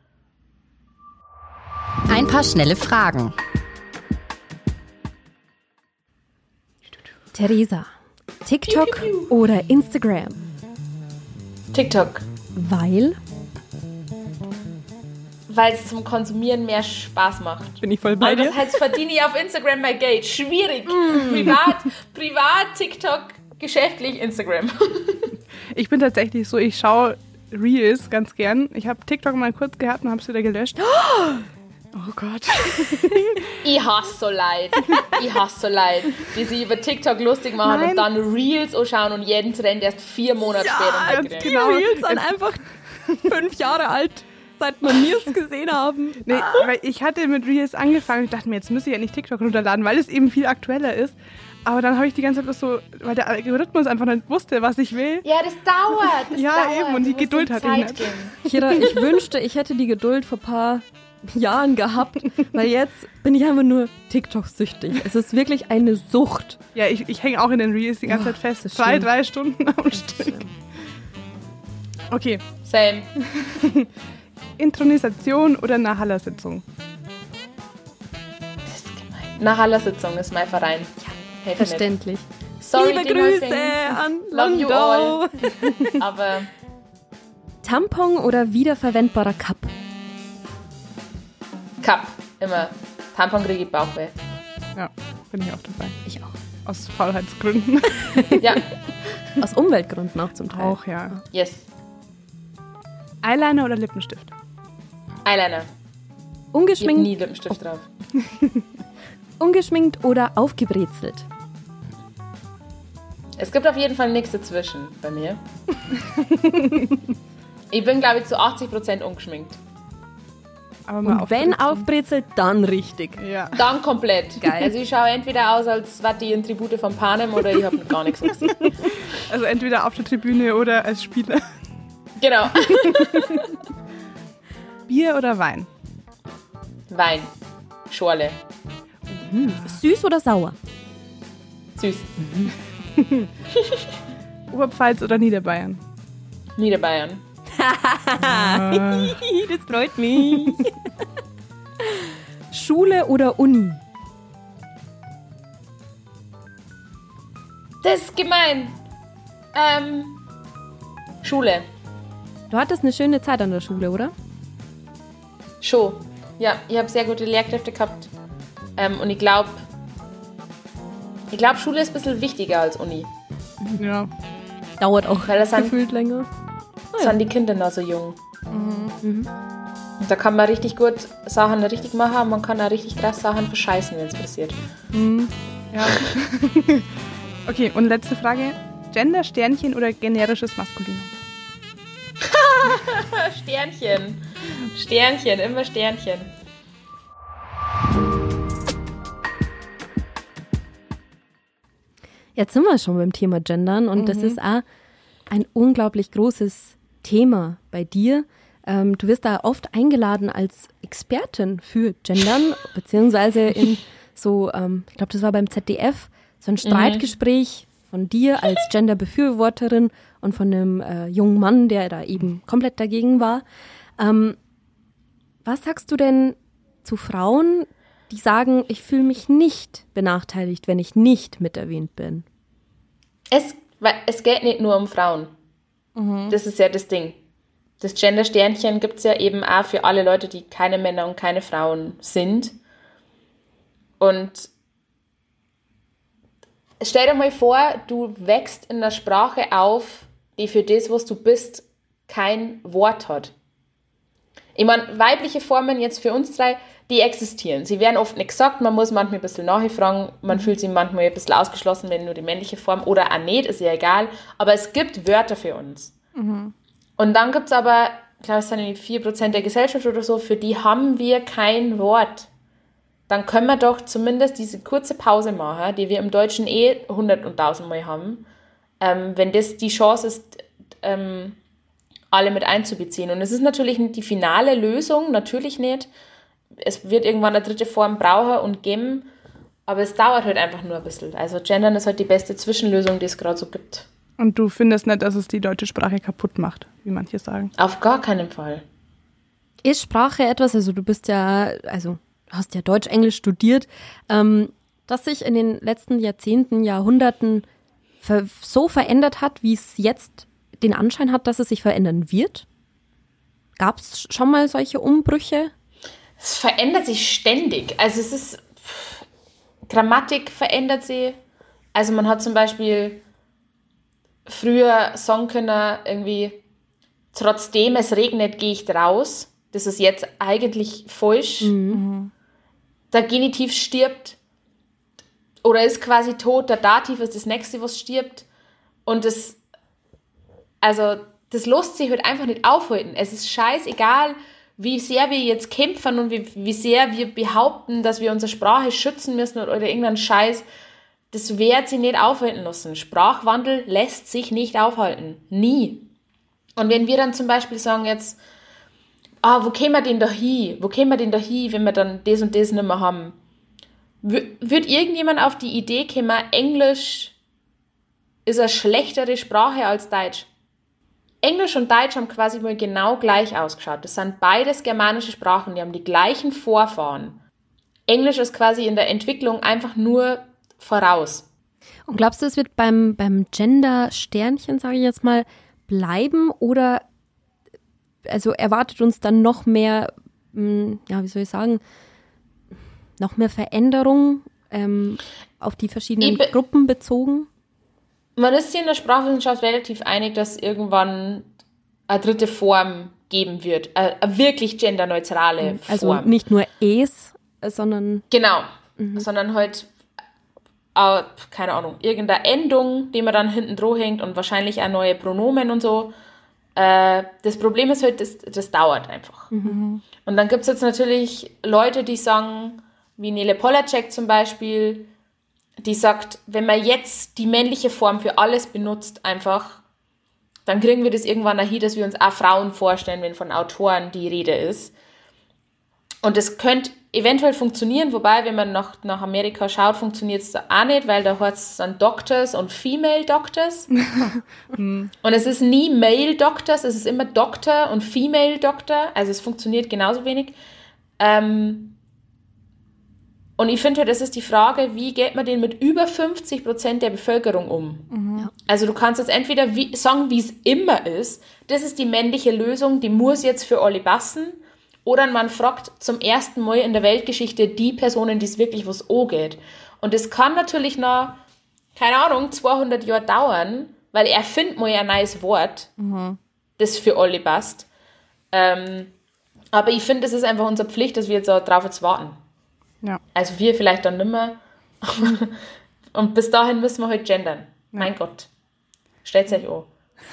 Ein paar schnelle Fragen. Theresa, TikTok oder Instagram? TikTok. Weil? Weil es zum Konsumieren mehr Spaß macht. Bin ich voll bei dir. Andererseits verdiene ich auf Instagram mein Geld. Schwierig. Mm. Privat, privat, TikTok, geschäftlich, Instagram. Ich bin tatsächlich so, ich schaue Reels ganz gern. Ich habe TikTok mal kurz gehabt und habe es wieder gelöscht. Oh Gott. Ich hasse so leid. Ich hasse so leid, die sich über TikTok lustig machen Nein. und dann Reels anschauen und jeden Trend erst vier Monate ja, später. Ganz die genau. Reels sind einfach fünf Jahre alt, seit wir News gesehen haben. Nee, weil ich hatte mit Reels angefangen und dachte mir, jetzt müsste ich ja nicht TikTok runterladen, weil es eben viel aktueller ist. Aber dann habe ich die ganze Zeit so, weil der Algorithmus einfach nicht wusste, was ich will. Ja, das dauert. Das ja, dauert. eben. Und die Geduld hatte ich nicht. Kira, ich wünschte, ich hätte die Geduld vor ein paar Jahren gehabt, weil jetzt bin ich einfach nur TikTok-süchtig. Es ist wirklich eine Sucht. Ja, ich, ich hänge auch in den Reels die ganze Zeit fest. Zwei, schlimm. drei Stunden am Stück. Okay. Same. Intronisation oder Nahalla-Sitzung? Das ist gemein. Nahalla-Sitzung ist mein Verein. Ja, hey, verständlich. Sorry, Liebe Grüße an Love Aber Tampon oder wiederverwendbarer Cup? Cup, immer. Tampon kriege ich Bauchweh. Ja, bin ich auch dabei. Ich auch. Aus Faulheitsgründen. Ja. Aus Umweltgründen auch zum Teil. Auch, ja. Yes. Eyeliner oder Lippenstift? Eyeliner. Ich hab Ungeschminkt, nie Lippenstift drauf. ungeschminkt oder aufgebrezelt? Es gibt auf jeden Fall nichts dazwischen bei mir. Ich bin, glaube ich, zu achtzig Prozent ungeschminkt. Aber mal Und wenn aufbrezeln. aufbrezelt, dann richtig. Ja. Dann komplett. Geil. Also ich schaue entweder aus, als wäre die in Tribute von Panem oder ich habe gar nichts gesehen. Also entweder auf der Tribüne oder als Spieler. Genau. Bier oder Wein? Wein. Schorle. Süß oder sauer? Süß. Oberpfalz oder Niederbayern? Niederbayern. Das freut mich. Schule oder Uni? Das ist gemein. Ähm, Schule. Du hattest eine schöne Zeit an der Schule, oder? Schon. Ja, ich habe sehr gute Lehrkräfte gehabt. Ähm, und ich glaube, ich glaube, Schule ist ein bisschen wichtiger als Uni. Ja. Dauert auch Weil das sind- gefühlt länger. Sind die Kinder noch so jung. Und da kann man richtig gut Sachen richtig machen und man kann auch richtig krass Sachen verscheißen, wenn es passiert. Ja. Okay, und letzte Frage. Gender, Sternchen oder generisches Maskulinum? Sternchen. Sternchen, immer Sternchen. Jetzt sind wir schon beim Thema Gendern und das ist auch ein unglaublich großes Thema bei dir. Ähm, du wirst da oft eingeladen als Expertin für Gendern, beziehungsweise in so, ähm, ich glaube, das war beim Z D F, so ein Streitgespräch von dir als Genderbefürworterin und von einem äh, jungen Mann, der da eben komplett dagegen war. Ähm, was sagst du denn zu Frauen, die sagen, ich fühle mich nicht benachteiligt, wenn ich nicht mit erwähnt bin? Es, weil es geht nicht nur um Frauen. Das ist ja das Ding. Das Gender-Sternchen gibt es ja eben auch für alle Leute, die keine Männer und keine Frauen sind. Und stell dir mal vor, du wächst in einer Sprache auf, die für das, was du bist, kein Wort hat. Ich meine, weibliche Formen jetzt für uns drei, die existieren. Sie werden oft nicht gesagt, man muss manchmal ein bisschen nachfragen, man fühlt sich manchmal ein bisschen ausgeschlossen, wenn nur die männliche Form oder auch nicht, ist ja egal. Aber es gibt Wörter für uns. Mhm. Und dann gibt es aber, ich glaube, es sind irgendwie vier Prozent der Gesellschaft oder so, für die haben wir kein Wort. Dann können wir doch zumindest diese kurze Pause machen, die wir im Deutschen eh hundert und tausend Mal haben, ähm, wenn das die Chance ist, ähm, alle mit einzubeziehen. Und es ist natürlich nicht die finale Lösung, natürlich nicht. Es wird irgendwann eine dritte Form brauchen und geben, aber es dauert halt einfach nur ein bisschen. Also Gendern ist halt die beste Zwischenlösung, die es gerade so gibt. Und du findest nicht, dass es die deutsche Sprache kaputt macht, wie manche sagen? Auf gar keinen Fall. Ist Sprache etwas, also du bist ja, also hast ja Deutsch, Englisch studiert, ähm, das sich in den letzten Jahrzehnten, Jahrhunderten ver- so verändert hat, wie es jetzt den Anschein hat, dass es sich verändern wird? Gab es schon mal solche Umbrüche? Es verändert sich ständig. Also es ist, pff, Grammatik verändert sich. Also man hat zum Beispiel früher sagen können, irgendwie, trotzdem es regnet, gehe ich raus. Das ist jetzt eigentlich falsch. Mhm. Der Genitiv stirbt oder ist quasi tot. Der Dativ ist das nächste, was stirbt. Und das, also das lässt sich halt einfach nicht aufhalten. Es ist scheißegal, wie sehr wir jetzt kämpfen und wie, wie sehr wir behaupten, dass wir unsere Sprache schützen müssen oder, oder irgendeinen Scheiß. Das wird sich nicht aufhalten lassen. Sprachwandel lässt sich nicht aufhalten. Nie. Und wenn wir dann zum Beispiel sagen jetzt, ah, wo kämen wir denn da hin? Wo kämen wir denn da hin, wenn wir dann das und das nicht mehr haben? W- Wird irgendjemand auf die Idee kommen, Englisch ist eine schlechtere Sprache als Deutsch? Englisch und Deutsch haben quasi mal genau gleich ausgeschaut. Das sind beides germanische Sprachen, die haben die gleichen Vorfahren. Englisch ist quasi in der Entwicklung einfach nur voraus. Und glaubst du, es wird beim, beim Gender-Sternchen, sage ich jetzt mal, bleiben oder also erwartet uns dann noch mehr, mh, ja, wie soll ich sagen, noch mehr Veränderung ähm, auf die verschiedenen Ich be- Gruppen bezogen? man ist sich in der Sprachwissenschaft relativ einig, dass irgendwann eine dritte Form geben wird. Eine, eine wirklich genderneutrale Form. Also nicht nur es, sondern... Genau, mhm. sondern halt, äh, keine Ahnung, irgendeine Endung, die man dann hinten dran hängt und wahrscheinlich auch neue Pronomen und so. Äh, das Problem ist halt, das, das dauert einfach. Mhm. Und dann gibt es jetzt natürlich Leute, die sagen, wie Nele Polacek zum Beispiel, die sagt, wenn man jetzt die männliche Form für alles benutzt, einfach, dann kriegen wir das irgendwann dahin, dass wir uns auch Frauen vorstellen, wenn von Autoren die Rede ist. Und das könnte eventuell funktionieren, wobei, wenn man nach, nach Amerika schaut, funktioniert es da auch nicht, weil da hat es dann Doctors und Female Doctors. Und es ist nie Male Doctors, es ist immer Doctor und Female Doctor, also es funktioniert genauso wenig. Ähm, Und ich finde, das ist die Frage, wie geht man denn mit über fünfzig Prozent der Bevölkerung um? Mhm. Also du kannst jetzt entweder wie, sagen, wie es immer ist, das ist die männliche Lösung, die muss jetzt für alle passen, oder man fragt zum ersten Mal in der Weltgeschichte die Personen, die es wirklich was angeht. Und das kann natürlich noch, keine Ahnung, zweihundert Jahre dauern, weil er findet mal ein neues Wort, mhm. das für alle passt. Ähm, aber ich finde, das ist einfach unsere Pflicht, dass wir jetzt auch drauf jetzt warten. Ja. Also wir vielleicht dann nimmer. Und bis dahin müssen wir halt gendern. Ja. Mein Gott. Stellt's euch an.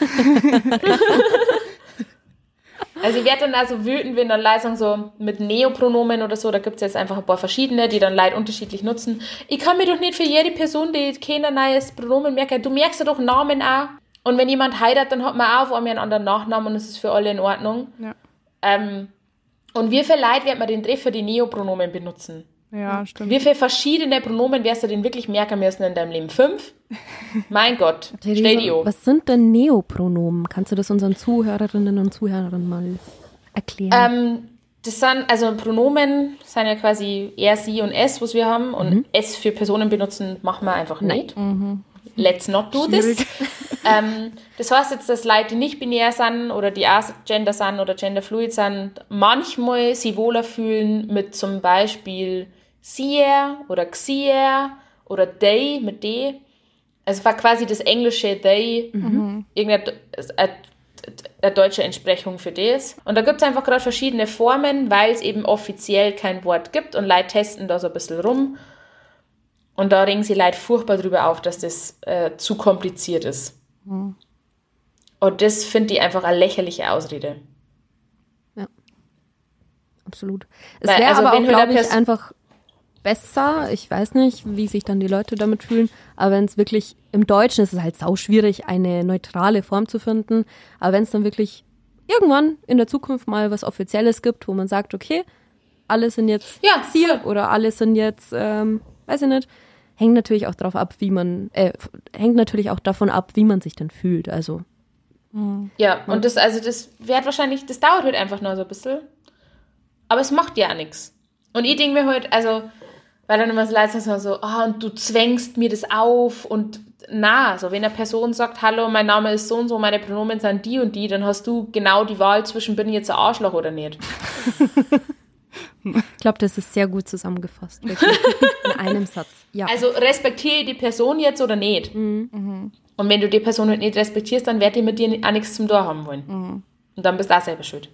Also ich werde dann also wütend, wenn dann Leute sagen, so mit Neopronomen oder so, da gibt es jetzt einfach ein paar verschiedene, die dann Leute unterschiedlich nutzen. Ich kann mir doch nicht für jede Person, die kein neues Pronomen merken. Du merkst ja doch Namen auch. Und wenn jemand heiratet, dann hat man auch auf einmal einen anderen Nachnamen und es ist für alle in Ordnung. Ja. Ähm, und wie viele Leute wird man den Dreh für die Neopronomen benutzen? Ja, stimmt. Wie viele verschiedene Pronomen wirst du denn wirklich merken müssen in deinem Leben? Fünf? Mein Gott, stell dir an. Was sind denn Neopronomen? Kannst du das unseren Zuhörerinnen und Zuhörern mal erklären? Ähm, das sind, also Pronomen sind ja quasi er, sie und es, was wir haben. Und mhm. es für Personen benutzen machen wir einfach nicht. Mhm. Let's not do this. ähm, das heißt jetzt, dass Leute, die nicht binär sind oder die auch Gender sind oder genderfluid sind, manchmal sich wohler fühlen mit zum Beispiel sie oder xier oder they mit d. Also war quasi das englische they, mhm. irgendeine eine, eine deutsche Entsprechung für das. Und da gibt es einfach gerade verschiedene Formen, weil es eben offiziell kein Wort gibt und Leute testen da so ein bisschen rum. Und da regen sie Leute furchtbar drüber auf, dass das äh, zu kompliziert ist. Mhm. Und das finde ich einfach eine lächerliche Ausrede. Ja, absolut. Es wäre also, aber auch, glaube ich, einfach besser, ich weiß nicht, wie sich dann die Leute damit fühlen, aber wenn es wirklich, im Deutschen ist es halt sau schwierig, eine neutrale Form zu finden, aber wenn es dann wirklich irgendwann in der Zukunft mal was Offizielles gibt, wo man sagt, okay, alle sind jetzt ja, sie oder alle sind jetzt, ähm, weiß ich nicht, hängt natürlich auch drauf ab, wie man, äh, hängt natürlich auch davon ab, wie man sich dann fühlt, also. Ja, und das, also das wird wahrscheinlich, das dauert halt einfach nur so ein bisschen, aber es macht ja nichts. Und ich denke mir halt, also, weil dann immer so Leute sagen so, ah, und du zwängst mir das auf und na, so wenn eine Person sagt, hallo, mein Name ist so und so, meine Pronomen sind die und die, dann hast du genau die Wahl zwischen, bin ich jetzt ein Arschloch oder nicht. Ich glaube, das ist sehr gut zusammengefasst, wirklich, in einem Satz. Ja. Also respektiere die Person jetzt oder nicht? Mhm. Und wenn du die Person halt nicht respektierst, dann wird die mit dir auch nichts zum Tor haben wollen. Mhm. Und dann bist du auch selber schuld.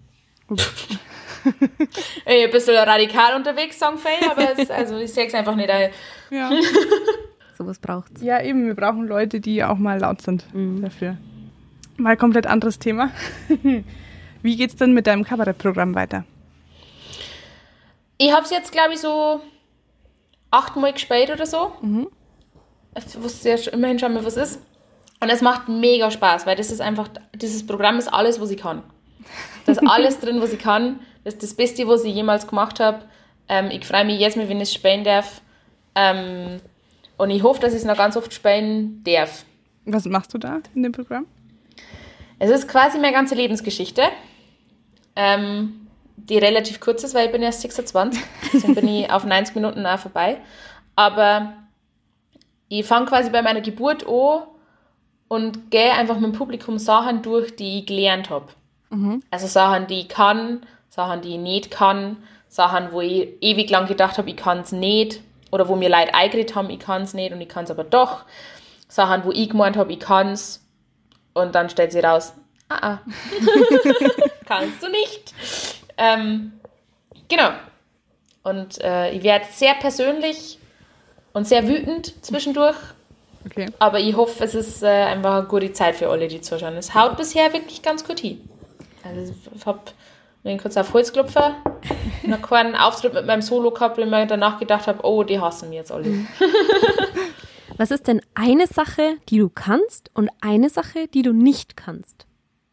Ey, ein bisschen radikal unterwegs, sagen viele, aber es, also ich sehe es einfach nicht. Ja. Sowas braucht's. Ja, eben, wir brauchen Leute, die auch mal laut sind mhm. dafür. Mal komplett anderes Thema. Wie geht's denn mit deinem Kabarettprogramm weiter? Ich habe es jetzt, glaube ich, so achtmal gespielt oder so. Mhm. Ich wusste ja schon, immerhin schon mal, was ist. Und es macht mega Spaß, weil das ist einfach, dieses Programm ist alles, was ich kann. Da ist alles drin, was ich kann. Das ist das Beste, was ich jemals gemacht habe. Ähm, ich freue mich jetzt mal, wenn ich es spielen darf. Ähm, und ich hoffe, dass ich es noch ganz oft spielen darf. Was machst du da in dem Programm? Es ist quasi meine ganze Lebensgeschichte, ähm, die relativ kurz ist, weil ich bin erst sechsundzwanzig. Deswegen bin ich auf neunzig Minuten auch vorbei. Aber ich fange quasi bei meiner Geburt an und gehe einfach mit dem Publikum Sachen durch, die ich gelernt habe. Mhm. Also Sachen, die ich kann, Sachen, die ich nicht kann, Sachen, wo ich ewig lang gedacht habe, ich kann es nicht, oder wo mir Leute eingeredet haben, ich kann es nicht und ich kann es aber doch. Sachen, wo ich gemeint habe, ich kann's. Und dann stellt sie raus, ah, ah. kannst du nicht. Ähm, genau. Und äh, ich werde sehr persönlich und sehr wütend zwischendurch. Okay. Aber ich hoffe, es ist äh, einfach eine gute Zeit für alle, die zuschauen. Es haut bisher wirklich ganz gut hin. Also ich habe mir kurz auf Holz klopfen, noch keinen Auftritt mit meinem Solo gehabt, wo ich mir danach gedacht habe, oh, die hassen mich jetzt alle. Was ist denn eine Sache, die du kannst und eine Sache, die du nicht kannst?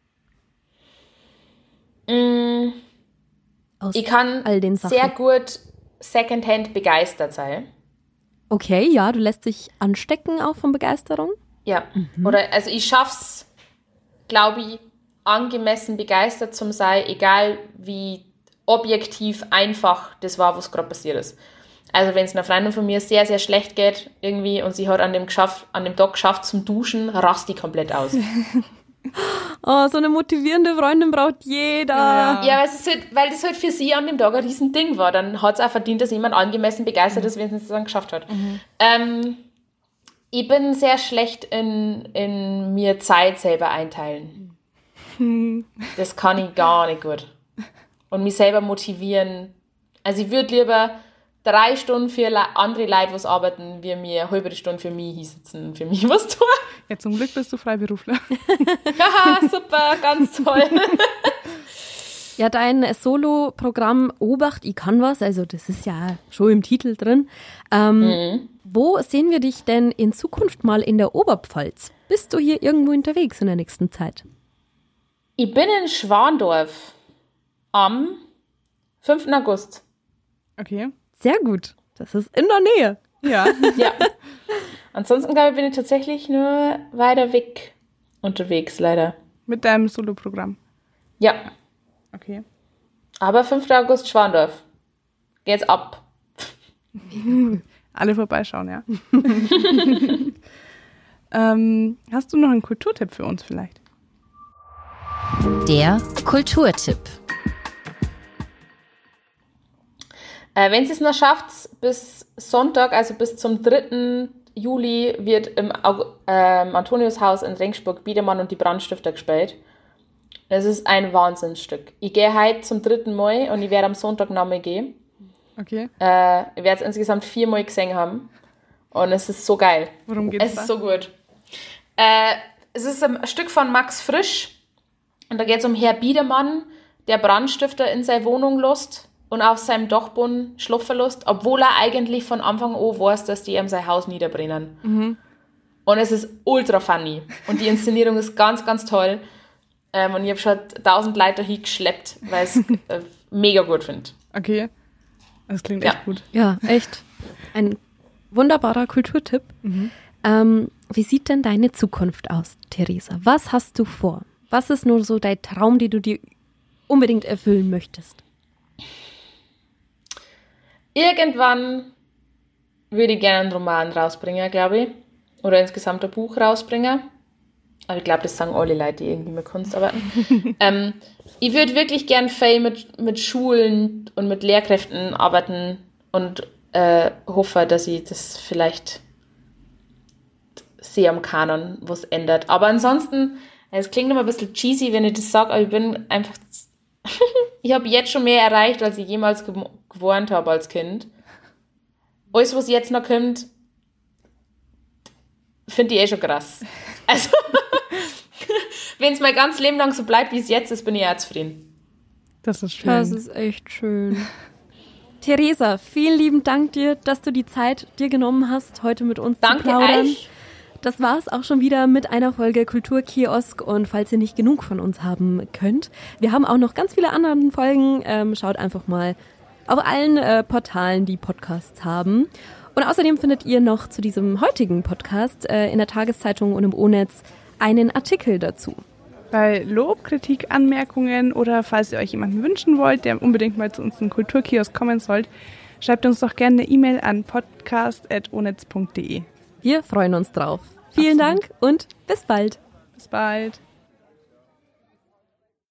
Mm, Aus ich kann all den Sachen. sehr gut Secondhand begeistert sein. Okay, ja, du lässt dich anstecken auch von Begeisterung. Ja, mhm. Oder also ich schaff's, glaube ich, angemessen begeistert zu sein, egal wie objektiv einfach das war, was gerade passiert ist. Also wenn es einer Freundin von mir sehr, sehr schlecht geht irgendwie und sie hat an dem, geschafft, an dem Tag geschafft zum Duschen, rast die komplett aus. Oh, so eine motivierende Freundin braucht jeder. Ja, ja weil, es halt, weil das halt für sie an dem Tag ein Riesending war. Dann hat es auch verdient, dass jemand angemessen begeistert ist, wenn sie es dann geschafft hat. Mhm. Ähm, ich bin sehr schlecht in, in mir Zeit selber einteilen. Das kann ich gar nicht gut. Und mich selber motivieren. Also ich würde lieber drei Stunden für andere Leute was arbeiten, wie mir eine halbe Stunde für mich hinsitzen und für mich was tun. Ja, zum Glück bist du Freiberufler. Haha, super, ganz toll. Ja, dein Solo-Programm Obacht, ich kann was, also das ist ja schon im Titel drin. Ähm, mhm. Wo sehen wir dich denn in Zukunft mal in der Oberpfalz? Bist du hier irgendwo unterwegs in der nächsten Zeit? Ich bin in Schwandorf am fünften August. Okay. Sehr gut. Das ist in der Nähe. Ja. Ja. Ansonsten, glaube ich, bin ich tatsächlich nur weiter weg unterwegs, leider. Mit deinem Solo-Programm? Ja. Okay. Aber fünften August Schwandorf. Geht's ab. Alle vorbeischauen, ja. ähm, hast du noch einen Kulturtipp für uns vielleicht? Der Kulturtipp. Äh, wenn Sie es noch schafft, bis Sonntag, also bis zum dritten Juli, wird im ähm, Antoniushaus in Regensburg Biedermann und die Brandstifter gespielt. Das ist ein Wahnsinnsstück. Ich gehe heute zum dritten Mal und ich werde am Sonntag nochmal gehen. Okay. Äh, ich werde es insgesamt viermal gesehen haben. Und es ist so geil. Worum geht es? Es da? ist so gut. Äh, es ist ein Stück von Max Frisch. Und da geht es um Herr Biedermann, der Brandstifter in seine Wohnung lässt und auf seinem Dachboden schlafen lässt, obwohl er eigentlich von Anfang an weiß, dass die ihm sein Haus niederbrennen. Mhm. Und es ist ultra funny. Und die Inszenierung ist ganz, ganz toll. Ähm, und ich habe schon tausend Leute hingeschleppt, weil ich es äh, mega gut finde. Okay. Das klingt Ja. echt gut. Ja, echt. Ein wunderbarer Kulturtipp. Mhm. Ähm, wie sieht denn deine Zukunft aus, Theresa? Was hast du vor? Was ist nur so dein Traum, den du dir unbedingt erfüllen möchtest? Irgendwann würde ich gerne einen Roman rausbringen, glaube ich. Oder insgesamt ein Buch rausbringen. Aber ich glaube, das sagen alle Leute, die irgendwie mit Kunst arbeiten. ähm, ich würde wirklich gern viel mit, mit Schulen und mit Lehrkräften arbeiten und äh, hoffe, dass ich das vielleicht sehr am Kanon was ändert. Aber ansonsten, es klingt immer ein bisschen cheesy, wenn ich das sage, aber ich bin einfach... ich habe jetzt schon mehr erreicht, als ich jemals ge- gewohnt habe als Kind. Alles, was jetzt noch kommt, finde ich eh schon krass. Also, wenn es mein ganzes Leben lang so bleibt, wie es jetzt ist, bin ich auch zufrieden. Das ist schön. Das ist echt schön. Theresa, vielen lieben Dank dir, dass du die Zeit dir genommen hast, heute mit uns Danke zu plaudern. euch. Das war es auch schon wieder mit einer Folge Kulturkiosk, und falls ihr nicht genug von uns haben könnt, wir haben auch noch ganz viele andere Folgen. Ähm, schaut einfach mal auf allen äh, Portalen, die Podcasts haben. Und außerdem findet ihr noch zu diesem heutigen Podcast äh, in der Tageszeitung und im O-Netz einen Artikel dazu. Bei Lob, Kritik, Anmerkungen oder falls ihr euch jemanden wünschen wollt, der unbedingt mal zu uns in Kulturkiosk kommen sollt, schreibt uns doch gerne eine E-Mail an podcast at onetz punkt de. Wir freuen uns drauf. Vielen Absolut. Dank und bis bald. Bis bald.